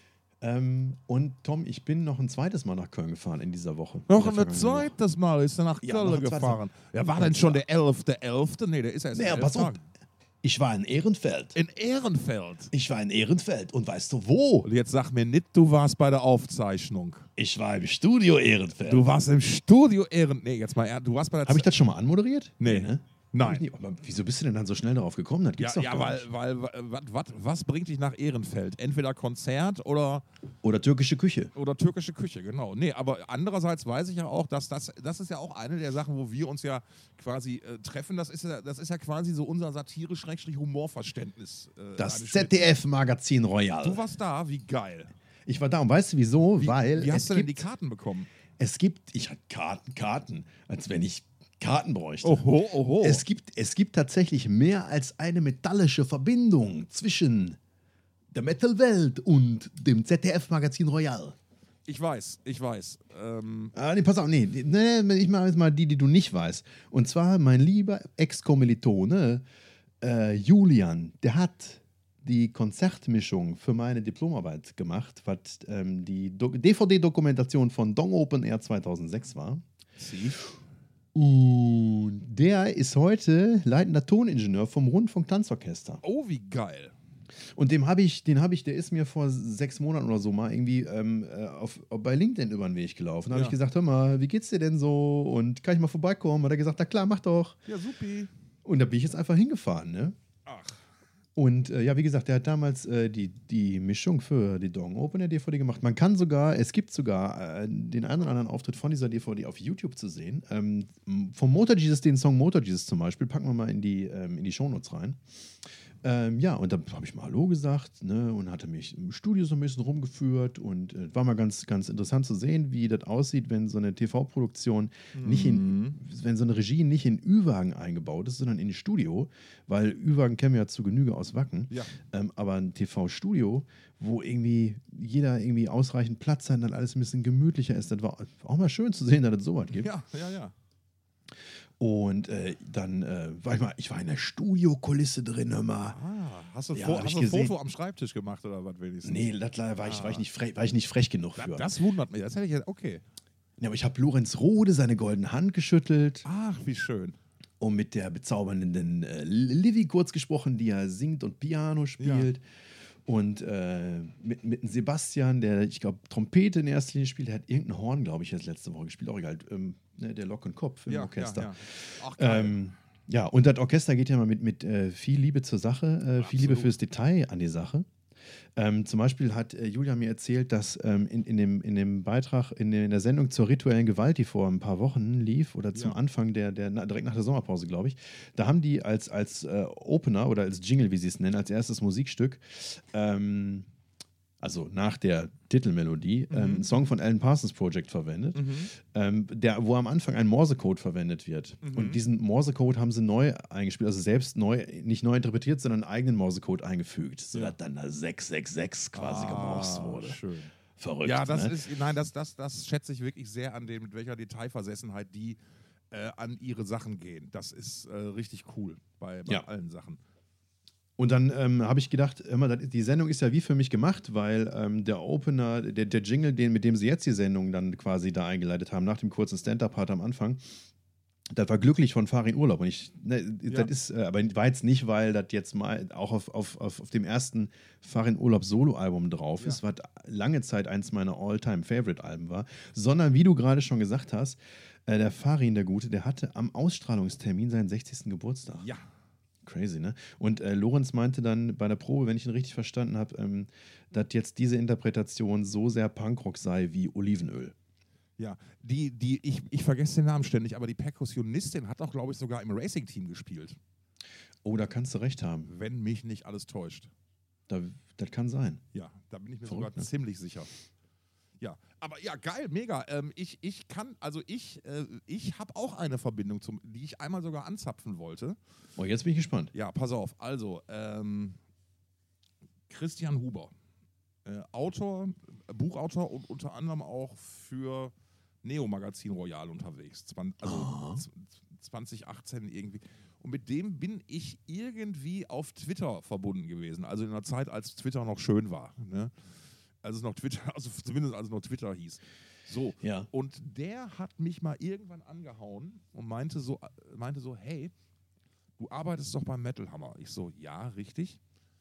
Und Tom, ich bin noch ein zweites Mal nach Köln gefahren in dieser Woche. Noch In der ein vergangenen Woche. zweites Mal ist er nach Ja, noch Köln ein zweites gefahren. Mal. Ja, war denn schon der 11.11.? Nee, der ist ja erst Naja, in 11 pass auf. Tagen. Ich war in Ehrenfeld. In Ehrenfeld. Ich war in Ehrenfeld. Und weißt du wo? Und jetzt sag mir nicht, du warst bei der Aufzeichnung. Ich war im Studio Ehrenfeld. Du warst im Studio Nee, jetzt mal, du warst bei der Habe ich das schon mal anmoderiert? Nee. Ne? Nein. Hab ich nie. Aber wieso bist du denn dann so schnell darauf gekommen? Das gibt's doch gar nicht. weil was bringt dich nach Ehrenfeld? Entweder Konzert oder Oder türkische Küche. türkische Küche, genau. Nee, aber andererseits weiß ich ja auch, dass das ist ja auch eine der Sachen, wo wir uns ja quasi treffen. Das ist ja quasi so unser Satire-Humorverständnis. Das eines Schnittes. ZDF-Magazin Royal. Du warst da, wie geil. Ich war da und weißt du wieso? Weil Wie hast es du denn die gibt, Karten bekommen? ich hatte Karten, als wenn ich Karten bräuchte. Oho. Es gibt tatsächlich mehr als eine metallische Verbindung zwischen der Metal-Welt und dem ZDF-Magazin Royal. Ich weiß. Nee, pass auf, nee, ich mache jetzt mal die du nicht weißt. Und zwar mein lieber Ex-Kommilitone Julian, der hat die Konzertmischung für meine Diplomarbeit gemacht, was die DVD-Dokumentation von Dong Open Air 2006 war. Sie? Und der ist heute leitender Toningenieur vom Rundfunk-Tanzorchester. Oh, wie geil. Und der ist mir vor 6 Monaten oder so mal irgendwie bei LinkedIn über den Weg gelaufen. Da habe Ja. ich gesagt, hör mal, wie geht's dir denn so? Und kann ich mal vorbeikommen? Hat er gesagt, na klar, mach doch. Ja, supi. Und da bin ich jetzt einfach hingefahren, ne? Ach. Und wie gesagt, der hat damals die Mischung für die Dong Open der DVD gemacht. Es gibt sogar den einen oder anderen Auftritt von dieser DVD auf YouTube zu sehen. Vom Motor Jesus, den Song Motor Jesus zum Beispiel, packen wir mal in die Shownotes rein. Ja, und dann habe ich mal Hallo gesagt, ne, und hatte mich im Studio so ein bisschen rumgeführt und war mal ganz, ganz interessant zu sehen, wie das aussieht, wenn so eine TV-Produktion wenn so eine Regie nicht in Ü-Wagen eingebaut ist, sondern in ein Studio, weil Ü-Wagen kennen wir ja zu Genüge aus Wacken, Ja. aber ein TV-Studio, wo irgendwie jeder irgendwie ausreichend Platz hat und dann alles ein bisschen gemütlicher ist, das war auch mal schön zu sehen, dass es sowas gibt. Ja, ja, ja. Und dann war ich war in der Studiokulisse drin, hör mal. Hast du, Ja, hast hab ich du ein gesehen. Foto am Schreibtisch gemacht oder was wenigstens? Nee, das war ich nicht frech genug für. Das wundert mich. Das hätte ich jetzt, okay. Ja, aber ich habe Lorenz Rode seine goldene Hand geschüttelt Ach, wie schön. und mit der bezaubernden Livy kurz gesprochen, die ja singt und Piano spielt. Und mit dem Sebastian, der, ich glaube, Trompete in erster Linie spielt, der hat irgendein Horn, glaube ich, jetzt letzte Woche gespielt. Auch egal, ne, der Lock und Kopf im Orchester. Ja. Ach, geil. Ja, und das Orchester geht ja mal mit viel Liebe zur Sache, viel Liebe Absolut. fürs Detail an die Sache. Zum Beispiel hat Julia mir erzählt, dass in dem Beitrag, in der Sendung zur rituellen Gewalt, die vor ein paar Wochen lief, oder zum Anfang direkt nach der Sommerpause, glaube ich, da haben die als Opener oder als Jingle, wie sie es nennen, als erstes Musikstück, also nach der Titelmelodie, einen Song von Alan Parsons Project verwendet, wo am Anfang ein Morsecode verwendet wird. Und diesen Morsecode haben sie neu eingespielt, also selbst nicht neu interpretiert, sondern einen eigenen Morsecode eingefügt, sodass dann da 666 quasi gemorst wurde. Schön. Verrückt. Ja, das ne? ist, nein, das schätze ich wirklich sehr an dem, mit welcher Detailversessenheit die an ihre Sachen gehen. Das ist richtig cool bei allen Sachen. Und dann habe ich gedacht, die Sendung ist ja wie für mich gemacht, weil der Opener, der Jingle, mit dem sie jetzt die Sendung dann quasi da eingeleitet haben, nach dem kurzen Stand-Up-Part am Anfang, das war glücklich von Farin Urlaub. Und das ist, aber war jetzt nicht, weil das jetzt mal auch auf dem ersten Farin Urlaub Solo-Album drauf ist, was lange Zeit eins meiner All-Time-Favorite-Alben war, sondern wie du gerade schon gesagt hast, der Farin, der Gute, der hatte am Ausstrahlungstermin seinen 60. Geburtstag. Ja. Crazy, ne? Und Lorenz meinte dann bei der Probe, wenn ich ihn richtig verstanden habe, dass jetzt diese Interpretation so sehr Punkrock sei wie Olivenöl. Ja, ich vergesse den Namen ständig, aber die Perkussionistin hat auch, glaube ich, sogar im Racing-Team gespielt. Oh, da kannst du recht haben. Wenn mich nicht alles täuscht. Das kann sein. Ja, da bin ich mir Verrückt, sogar ziemlich sicher. Ja, aber ja, geil, mega. Ich habe auch eine Verbindung, die ich einmal sogar anzapfen wollte. Oh, jetzt bin ich gespannt. Ja, pass auf. Also, Christian Huber, Autor, Buchautor und unter anderem auch für Neo-Magazin Royal unterwegs. 2018 irgendwie. Und mit dem bin ich irgendwie auf Twitter verbunden gewesen. Also in einer Zeit, als Twitter noch schön war. Ne? Als es noch Twitter, also zumindest als es noch Twitter hieß. So. Ja. Und der hat mich mal irgendwann angehauen und meinte so, hey, du arbeitest doch beim Metal Hammer. Ich so, ja, richtig.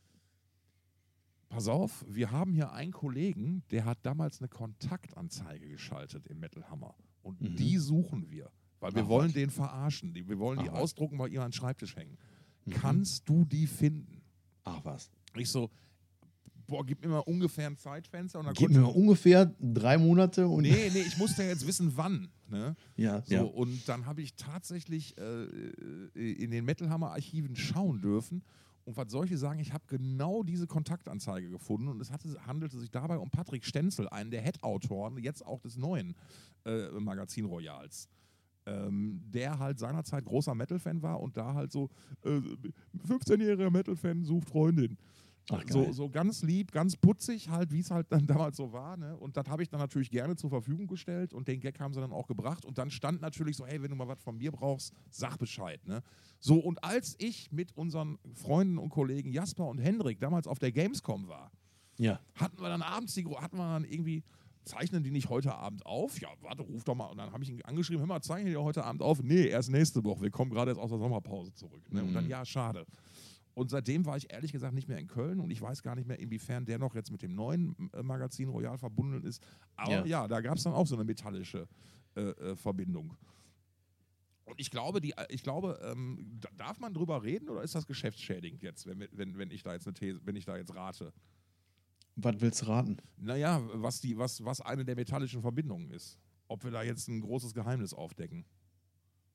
Pass auf, wir haben hier einen Kollegen, der hat damals eine Kontaktanzeige geschaltet im Metal Hammer. Und die suchen wir. Weil wir wollen den verarschen. Wir wollen die ausdrucken, bei ihm an den Schreibtisch hängen. Kannst du die finden? Ach was. Ich so, gib mir mal ungefähr ein Zeitfenster. Und dann Gib mir mal ungefähr 3 Monate und. Nee, ich musste ja jetzt wissen, wann. Ne? Ja, so, ja. Und dann habe ich tatsächlich in den Metal Hammer Archiven schauen dürfen. Und was soll ich sagen, ich habe genau diese Kontaktanzeige gefunden. Und es handelte sich dabei um Patrick Stenzel, einen der Head-Autoren, jetzt auch des neuen Magazin Royals. Der halt seinerzeit großer Metal-Fan war und da halt so 15-jähriger Metal-Fan sucht Freundin. Ach, geil. So ganz lieb, ganz putzig halt, wie es halt dann damals so war. Ne? Und das habe ich dann natürlich gerne zur Verfügung gestellt und den Gag haben sie dann auch gebracht. Und dann stand natürlich so, hey, wenn du mal was von mir brauchst, sag Bescheid. Ne? So, und als ich mit unseren Freunden und Kollegen Jasper und Hendrik damals auf der Gamescom war, hatten wir dann abends irgendwie, zeichnen die nicht heute Abend auf? Ja, warte, ruf doch mal. Und dann habe ich ihn angeschrieben, hör mal, zeichnen die heute Abend auf? Nee, erst nächste Woche. Wir kommen gerade jetzt aus der Sommerpause zurück. Ne? Und dann, ja, schade. Und seitdem war ich ehrlich gesagt nicht mehr in Köln und ich weiß gar nicht mehr, inwiefern der noch jetzt mit dem neuen Magazin Royal verbunden ist. Aber ja da gab es dann auch so eine metallische Verbindung. Und ich glaube, darf man drüber reden oder ist das geschäftsschädigend jetzt, wenn ich da jetzt rate? Was willst du raten? Naja, was eine der metallischen Verbindungen ist. Ob wir da jetzt ein großes Geheimnis aufdecken.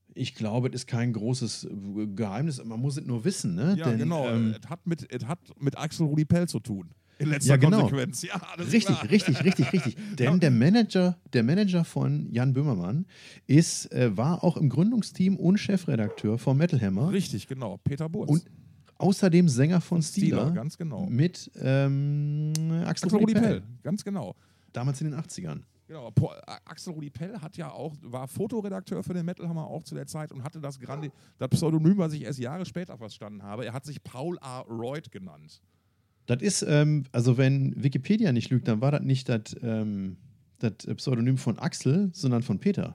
Ich glaube, das ist kein großes Geheimnis. Man muss es nur wissen, ne? Ja, genau. Es hat mit Axel Rudi Pell zu tun. In letzter Ja, genau. Konsequenz. Ja, das ist Richtig, klar. richtig. Denn der Manager von Jan Böhmermann war auch im Gründungsteam und Chefredakteur von Metal Hammer. Richtig, genau. Peter Burz. Und außerdem Sänger von Steeler. Ganz genau. Mit Axel Axel Rudi Rudi Pell. Pell, ganz genau. Damals in den 80ern. Genau, Axel Rudi Pell war Fotoredakteur für den Metal Hammer auch zu der Zeit und hatte das Pseudonym, was ich erst Jahre später verstanden habe. Er hat sich Paul A. Reut genannt. Das ist, also wenn Wikipedia nicht lügt, dann war das nicht das Pseudonym von Axel, sondern von Peter.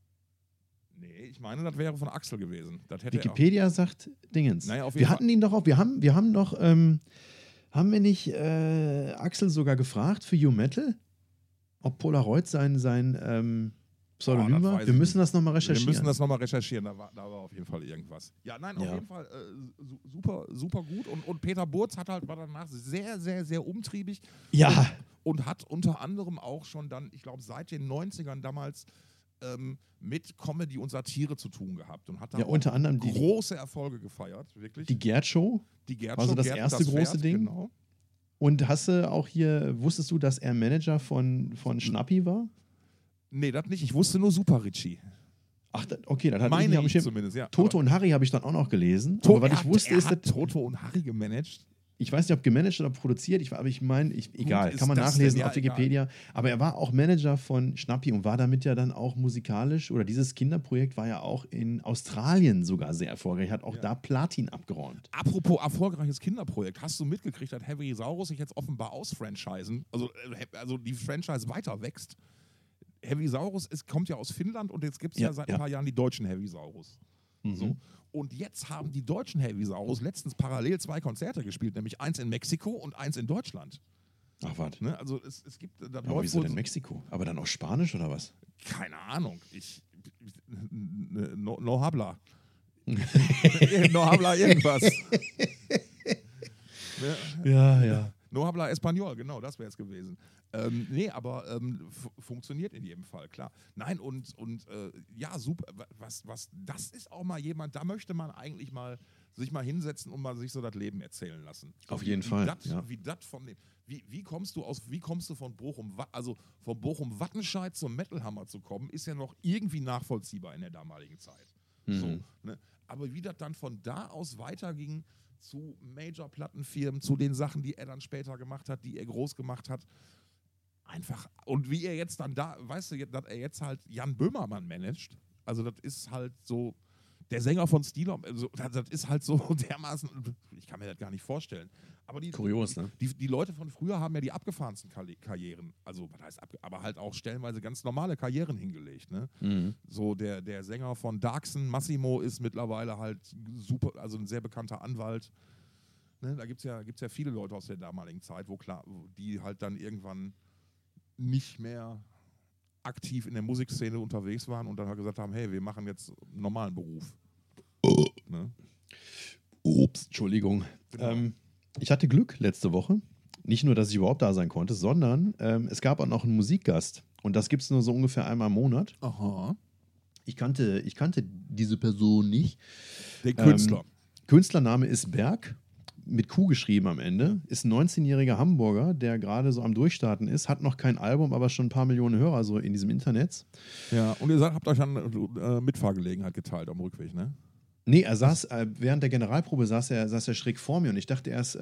Nee, ich meine, das wäre von Axel gewesen. Das hätte Wikipedia sagt Dingens. Naja, auf jeden wir Fall. hatten ihn doch auch, wir haben noch, haben wir nicht Axel sogar gefragt für You Metal? Ob Polaroid sein Pseudonym war? Wir müssen das nochmal recherchieren. Da war auf jeden Fall irgendwas. Ja, nein, auf jeden Fall super, super gut. Und Peter Burz war danach sehr, sehr, sehr umtriebig. Ja. Und hat unter anderem auch schon dann, ich glaube, seit den 90ern damals mit Comedy und Satire zu tun gehabt. Und hat da unter anderem große Erfolge gefeiert, wirklich. Die Gerd-Show. Also das erste große Ding. Genau. Und wusstest du, dass er Manager von Schnappi war? Nee, das nicht. Ich wusste nur Super Richie. Ach, okay, das hat meine ich zumindest, ja. Toto und Harry habe ich dann auch noch gelesen. Aber was ich wusste, ist, dass Toto und Harry gemanagt. Ich weiß nicht, ob gemanagt oder produziert, aber ich meine, egal, kann man nachlesen auf Wikipedia. Egal. Aber er war auch Manager von Schnappi und war damit ja dann auch musikalisch, oder dieses Kinderprojekt war ja auch in Australien sogar sehr erfolgreich, hat auch da Platin abgeräumt. Apropos erfolgreiches Kinderprojekt, hast du mitgekriegt, dass Heavy Saurus sich jetzt offenbar ausfranchisen, also die Franchise weiter wächst? Heavy Saurus kommt ja aus Finnland und jetzt gibt es ja seit ein paar Jahren die deutschen Heavy Saurus. So. Und jetzt haben die deutschen Heavy Saurus letztens parallel 2 Konzerte gespielt, nämlich eins in Mexiko und eins in Deutschland. Ach, warte. Ne? Also es gibt... Aber wieso denn Mexiko? Aber dann auch Spanisch oder was? Keine Ahnung. No habla. No habla irgendwas. Ja. No habla Español, genau, das wäre es gewesen. Nee, aber funktioniert in jedem Fall, klar. Nein, und ja, super, das ist auch mal jemand, da möchte man eigentlich mal sich mal hinsetzen und mal sich so das Leben erzählen lassen. Auf jeden Fall. Wie kommst du von Bochum-Wattenscheid zum Metal Hammer zu kommen, ist ja noch irgendwie nachvollziehbar in der damaligen Zeit. So, ne? Aber wie das dann von da aus weiterging zu Major-Plattenfirmen, zu den Sachen, die er dann später gemacht hat, die er groß gemacht hat, einfach, und wie er jetzt dann weißt du, dass er jetzt halt Jan Böhmermann managt, also das ist halt so, der Sänger von Steeler, also das ist halt so dermaßen, ich kann mir das gar nicht vorstellen. Aber kurios, ne? Die Leute von früher haben ja die abgefahrensten Karrieren, also was heißt aber halt auch stellenweise ganz normale Karrieren hingelegt, ne? So der Sänger von Darkson, Massimo, ist mittlerweile halt super, also ein sehr bekannter Anwalt. Ne? Da gibt's ja viele Leute aus der damaligen Zeit, die halt dann irgendwann nicht mehr aktiv in der Musikszene unterwegs waren und dann halt gesagt haben, hey, wir machen jetzt einen normalen Beruf. Ne? Ups, Entschuldigung. Genau. Ich hatte Glück letzte Woche. Nicht nur, dass ich überhaupt da sein konnte, sondern es gab auch noch einen Musikgast. Und das gibt es nur so ungefähr einmal im Monat. Aha. Ich kannte diese Person nicht. Den Künstler. Künstlername ist Berg. Mit Q geschrieben am Ende, ist ein 19-jähriger Hamburger, der gerade so am Durchstarten ist, hat noch kein Album, aber schon ein paar Millionen Hörer so in diesem Internet. Ja, und ihr habt euch dann Mitfahrgelegenheit geteilt am Rückweg, ne? Nee, er saß, während der Generalprobe saß er schräg vor mir und ich dachte erst,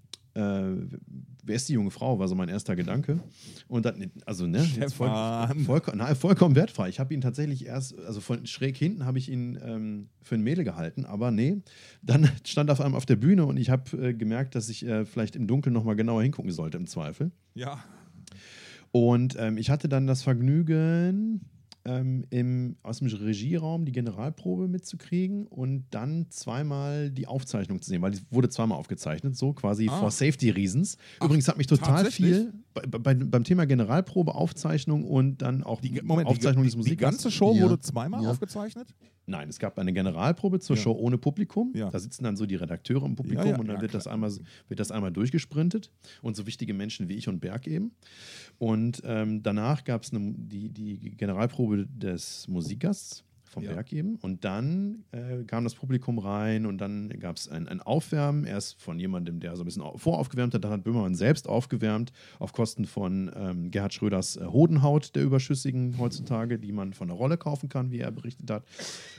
wer ist die junge Frau, war so mein erster Gedanke. Und dann, also, ne, vollkommen wertfrei. Ich habe ihn tatsächlich erst, also von schräg hinten habe ich ihn für ein Mädel gehalten, aber nee, dann stand er auf einmal auf der Bühne und ich habe gemerkt, dass ich vielleicht im Dunkeln nochmal genauer hingucken sollte, im Zweifel. Ja. Und ich hatte dann das Vergnügen, aus dem Regieraum die Generalprobe mitzukriegen und dann zweimal die Aufzeichnung zu sehen, weil die wurde zweimal aufgezeichnet, so quasi for Safety Reasons. Übrigens hat mich total viel beim Thema Generalprobe, Aufzeichnung und dann auch Aufzeichnung des Musikers. Die ganze Show wurde zweimal aufgezeichnet? Nein, es gab eine Generalprobe zur Show ohne Publikum. Ja. Da sitzen dann so die Redakteure im Publikum und dann wird das einmal durchgesprintet und so wichtige Menschen wie ich und Berg eben. Und danach gab es die Generalprobe des Musikgasts vom Berg eben. Und dann kam das Publikum rein und dann gab es ein Aufwärmen, erst von jemandem, der so ein bisschen voraufgewärmt hat, dann hat Böhmermann selbst aufgewärmt, auf Kosten von Gerhard Schröders Hodenhaut, der überschüssigen heutzutage, die man von der Rolle kaufen kann, wie er berichtet hat.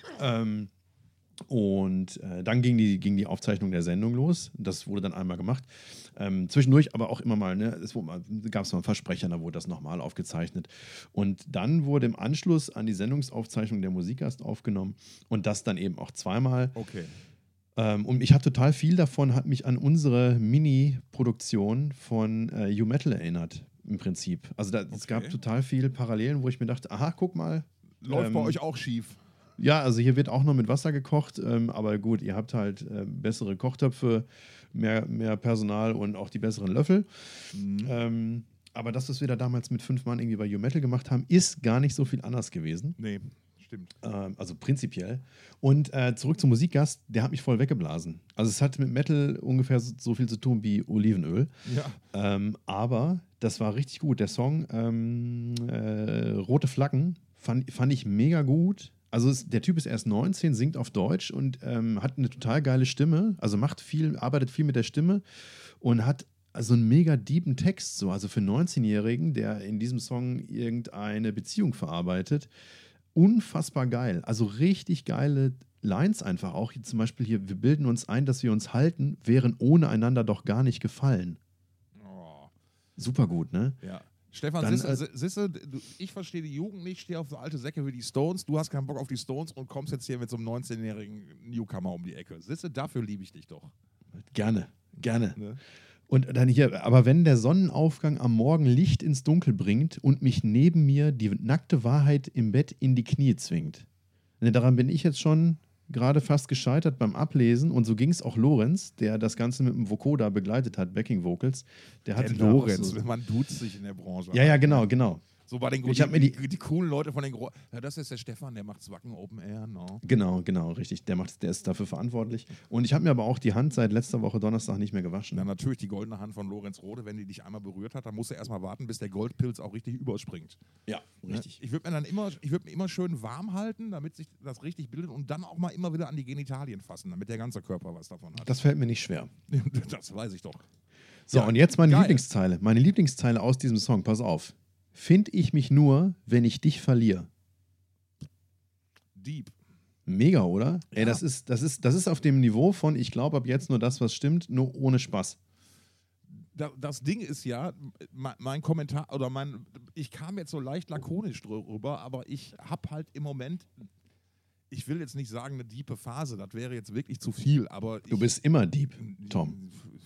Dann ging die Aufzeichnung der Sendung los. Das wurde dann einmal gemacht. Zwischendurch aber auch immer mal, gab es mal einen Versprecher, da wurde das nochmal aufgezeichnet. Und dann wurde im Anschluss an die Sendungsaufzeichnung der Musikgast aufgenommen und das dann eben auch zweimal. Okay. Und ich habe total viel davon, hat mich an unsere Mini-Produktion von U-Metal erinnert, im Prinzip. Also es gab total viele Parallelen, wo ich mir dachte, aha, guck mal. Läuft bei euch auch schief. Ja, also hier wird auch noch mit Wasser gekocht, aber gut, ihr habt halt bessere Kochtöpfe, mehr Personal und auch die besseren Löffel. Aber das, was wir da damals mit 5 Mann irgendwie bei U-Metal gemacht haben, ist gar nicht so viel anders gewesen. Nee, stimmt. Also prinzipiell. Und zurück zum Musikgast, der hat mich voll weggeblasen. Also es hat mit Metal ungefähr so viel zu tun wie Olivenöl. Ja. Aber das war richtig gut. Der Song Rote Flaggen fand ich mega gut. Also der Typ ist erst 19, singt auf Deutsch und hat eine total geile Stimme. Also arbeitet viel mit der Stimme und hat also einen mega deepen Text. So. Also für einen 19-Jährigen, der in diesem Song irgendeine Beziehung verarbeitet, unfassbar geil. Also richtig geile Lines einfach auch. Zum Beispiel hier, wir bilden uns ein, dass wir uns halten, wären ohne einander doch gar nicht gefallen. Oh. Super gut, ne? Ja. Stefan, Sisse, ich verstehe die Jugend nicht, stehe auf so alte Säcke wie die Stones, du hast keinen Bock auf die Stones und kommst jetzt hier mit so einem 19-jährigen Newcomer um die Ecke. Sisse, dafür liebe ich dich doch. Gerne. Ne? Und dann hier, aber wenn der Sonnenaufgang am Morgen Licht ins Dunkel bringt und mich neben mir die nackte Wahrheit im Bett in die Knie zwingt. Daran bin ich jetzt schon gerade fast gescheitert beim Ablesen und so ging es auch Lorenz, der das Ganze mit dem Vocoder begleitet hat, Backing Vocals. Der Lorenz, wenn man duzt sich in der Branche. Ja, genau. So bei den die coolen Leute von den ja, das ist der Stefan, der macht Zwacken Open Air, no? Genau, richtig. Der ist dafür verantwortlich. Und ich habe mir aber auch die Hand seit letzter Woche Donnerstag nicht mehr gewaschen. Ja, natürlich die goldene Hand von Lorenz Rode, wenn die dich einmal berührt hat, dann musst du erstmal warten, bis der Goldpilz auch richtig überspringt. Ja, richtig. Ich würde mir immer schön warm halten, damit sich das richtig bildet und dann auch mal immer wieder an die Genitalien fassen, damit der ganze Körper was davon hat. Das fällt mir nicht schwer. Das weiß ich doch. So, ja, und jetzt meine geil. Lieblingszeile. Meine Lieblingszeile aus diesem Song, pass auf. Find ich mich nur, wenn ich dich verliere. Deep. Mega, oder? Ja. Ey, das ist auf dem Niveau von, ich glaube ab jetzt nur das, was stimmt, nur ohne Spaß. Das Ding ist ja, mein Kommentar, ich kam jetzt so leicht lakonisch drüber, aber ich habe halt im Moment, ich will jetzt nicht sagen eine diepe Phase, das wäre jetzt wirklich zu viel, aber du bist immer deep, Tom.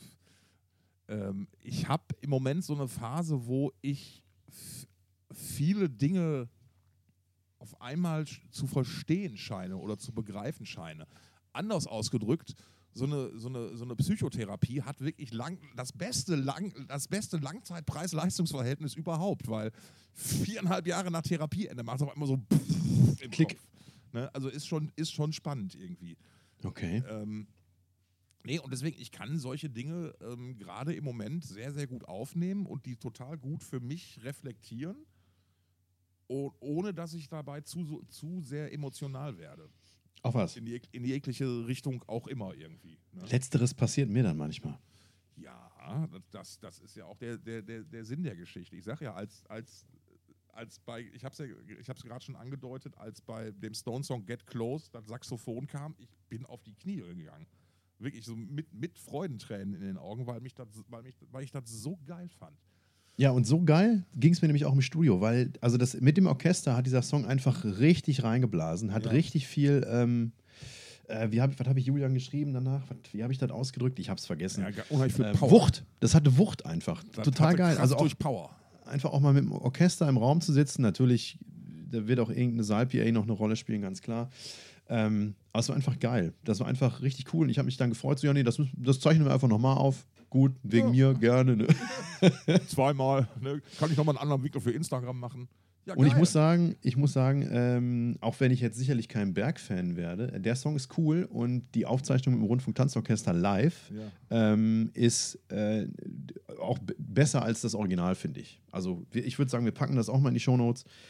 Ich habe im Moment so eine Phase, wo ich viele Dinge auf einmal zu verstehen scheine oder zu begreifen scheine. Anders ausgedrückt, so eine Psychotherapie hat wirklich das beste Langzeit-Preis-Leistungsverhältnis überhaupt, weil 4,5 Jahre nach Therapieende macht es auf einmal so im Klick. Kopf. Ne? Also ist schon spannend irgendwie. Okay. Nee, und deswegen, ich kann solche Dinge gerade im Moment sehr, sehr gut aufnehmen und die total gut für mich reflektieren, ohne dass ich dabei zu sehr emotional werde. Auf was? In die jegliche Richtung auch immer irgendwie. Ne? Letzteres passiert mir dann manchmal. Ja, das ist ja auch der Sinn der Geschichte. Ich sage ja, als bei, ich habe es gerade schon angedeutet, als bei dem Stone-Song Get Close das Saxophon kam, ich bin auf die Knie gegangen. Wirklich so mit Freudentränen in den Augen, weil ich das so geil fand. Ja, und so geil ging es mir nämlich auch im Studio, weil also das mit dem Orchester hat dieser Song einfach richtig reingeblasen, hat richtig viel, was habe ich Julian geschrieben danach? Wie habe ich das ausgedrückt? Ich habe es vergessen. Ja, unheimlich viel Power. Wucht, das hatte Wucht einfach. Das total geil. Also auch durch Power. Einfach auch mal mit dem Orchester im Raum zu sitzen, natürlich, da wird auch irgendeine Saal-PA noch eine Rolle spielen, ganz klar. Aber es war einfach geil. Das war einfach richtig cool. Und ich habe mich dann gefreut, so, ja, nee, das zeichnen wir einfach nochmal auf. Gut, wegen mir, gerne. Ne? Zweimal. Ne? Kann ich nochmal einen anderen Video für Instagram machen? Ja, und ich muss sagen, auch wenn ich jetzt sicherlich kein Berg-Fan werde, der Song ist cool und die Aufzeichnung im Rundfunk-Tanzorchester live ist auch besser als das Original, finde ich. Also ich würde sagen, wir packen das auch mal in die Shownotes.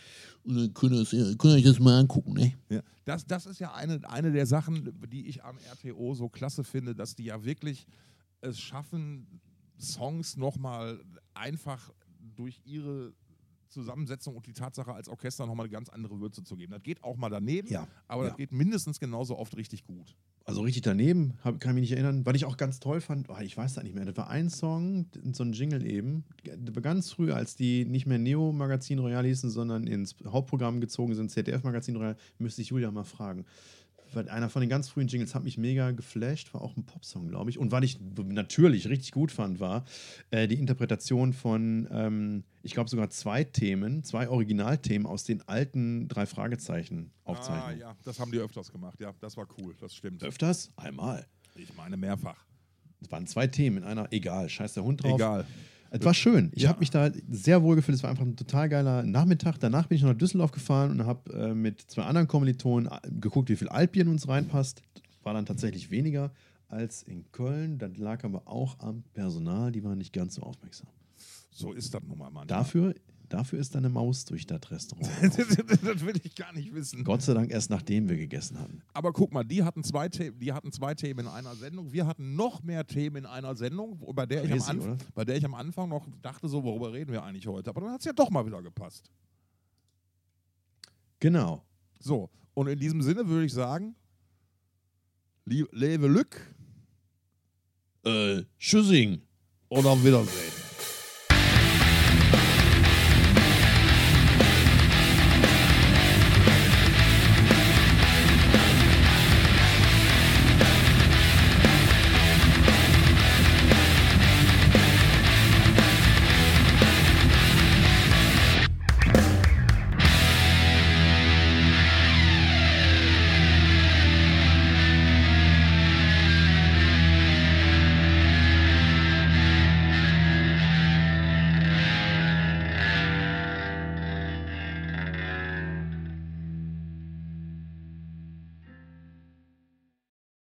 Und dann könnt ihr euch das mal angucken, ne? Ja. Das ist ja eine der Sachen, die ich am RTO so klasse finde, dass die ja wirklich es schaffen, Songs nochmal einfach durch ihre Zusammensetzung und die Tatsache als Orchester nochmal eine ganz andere Würze zu geben. Das geht auch mal daneben, Ja. aber das geht mindestens genauso oft richtig gut. Also richtig daneben, kann ich mich nicht erinnern. Was ich auch ganz toll fand, ich weiß das nicht mehr, das war ein Song, so ein Jingle eben, das war ganz früh, als die nicht mehr Neo-Magazin Royal hießen, sondern ins Hauptprogramm gezogen sind, ZDF-Magazin Royal, müsste ich Julia mal fragen. Weil einer von den ganz frühen Jingles hat mich mega geflasht, war auch ein Popsong, glaube ich. Und was ich natürlich richtig gut fand, war die Interpretation von, ich glaube sogar zwei Originalthemen aus den alten 3 Fragezeichen-Aufzeichnungen. Ja, das haben die öfters gemacht, ja, das war cool, das stimmt. Öfters? Einmal. Ich meine mehrfach. Es waren 2 Themen in einer, egal, scheiß der Hund drauf. Egal. Es war schön. Ich Ja. habe mich da sehr wohl gefühlt. Es war einfach ein total geiler Nachmittag. Danach bin ich noch nach Düsseldorf gefahren und habe mit 2 anderen Kommilitonen geguckt, wie viel Altbier in uns reinpasst. War dann tatsächlich weniger als in Köln. Das lag aber auch am Personal. Die waren nicht ganz so aufmerksam. So ist das nun mal manchmal. Dafür ist eine Maus durch das Restaurant. Das will ich gar nicht wissen. Gott sei Dank erst nachdem wir gegessen hatten. Aber guck mal, die hatten zwei Themen in einer Sendung. Wir hatten noch mehr Themen in einer Sendung, bei der ich am Anfang noch dachte, so, worüber reden wir eigentlich heute? Aber dann hat es ja doch mal wieder gepasst. Genau. So, und in diesem Sinne würde ich sagen, lebe Lück Tschüssing. oder auf Wiedersehen.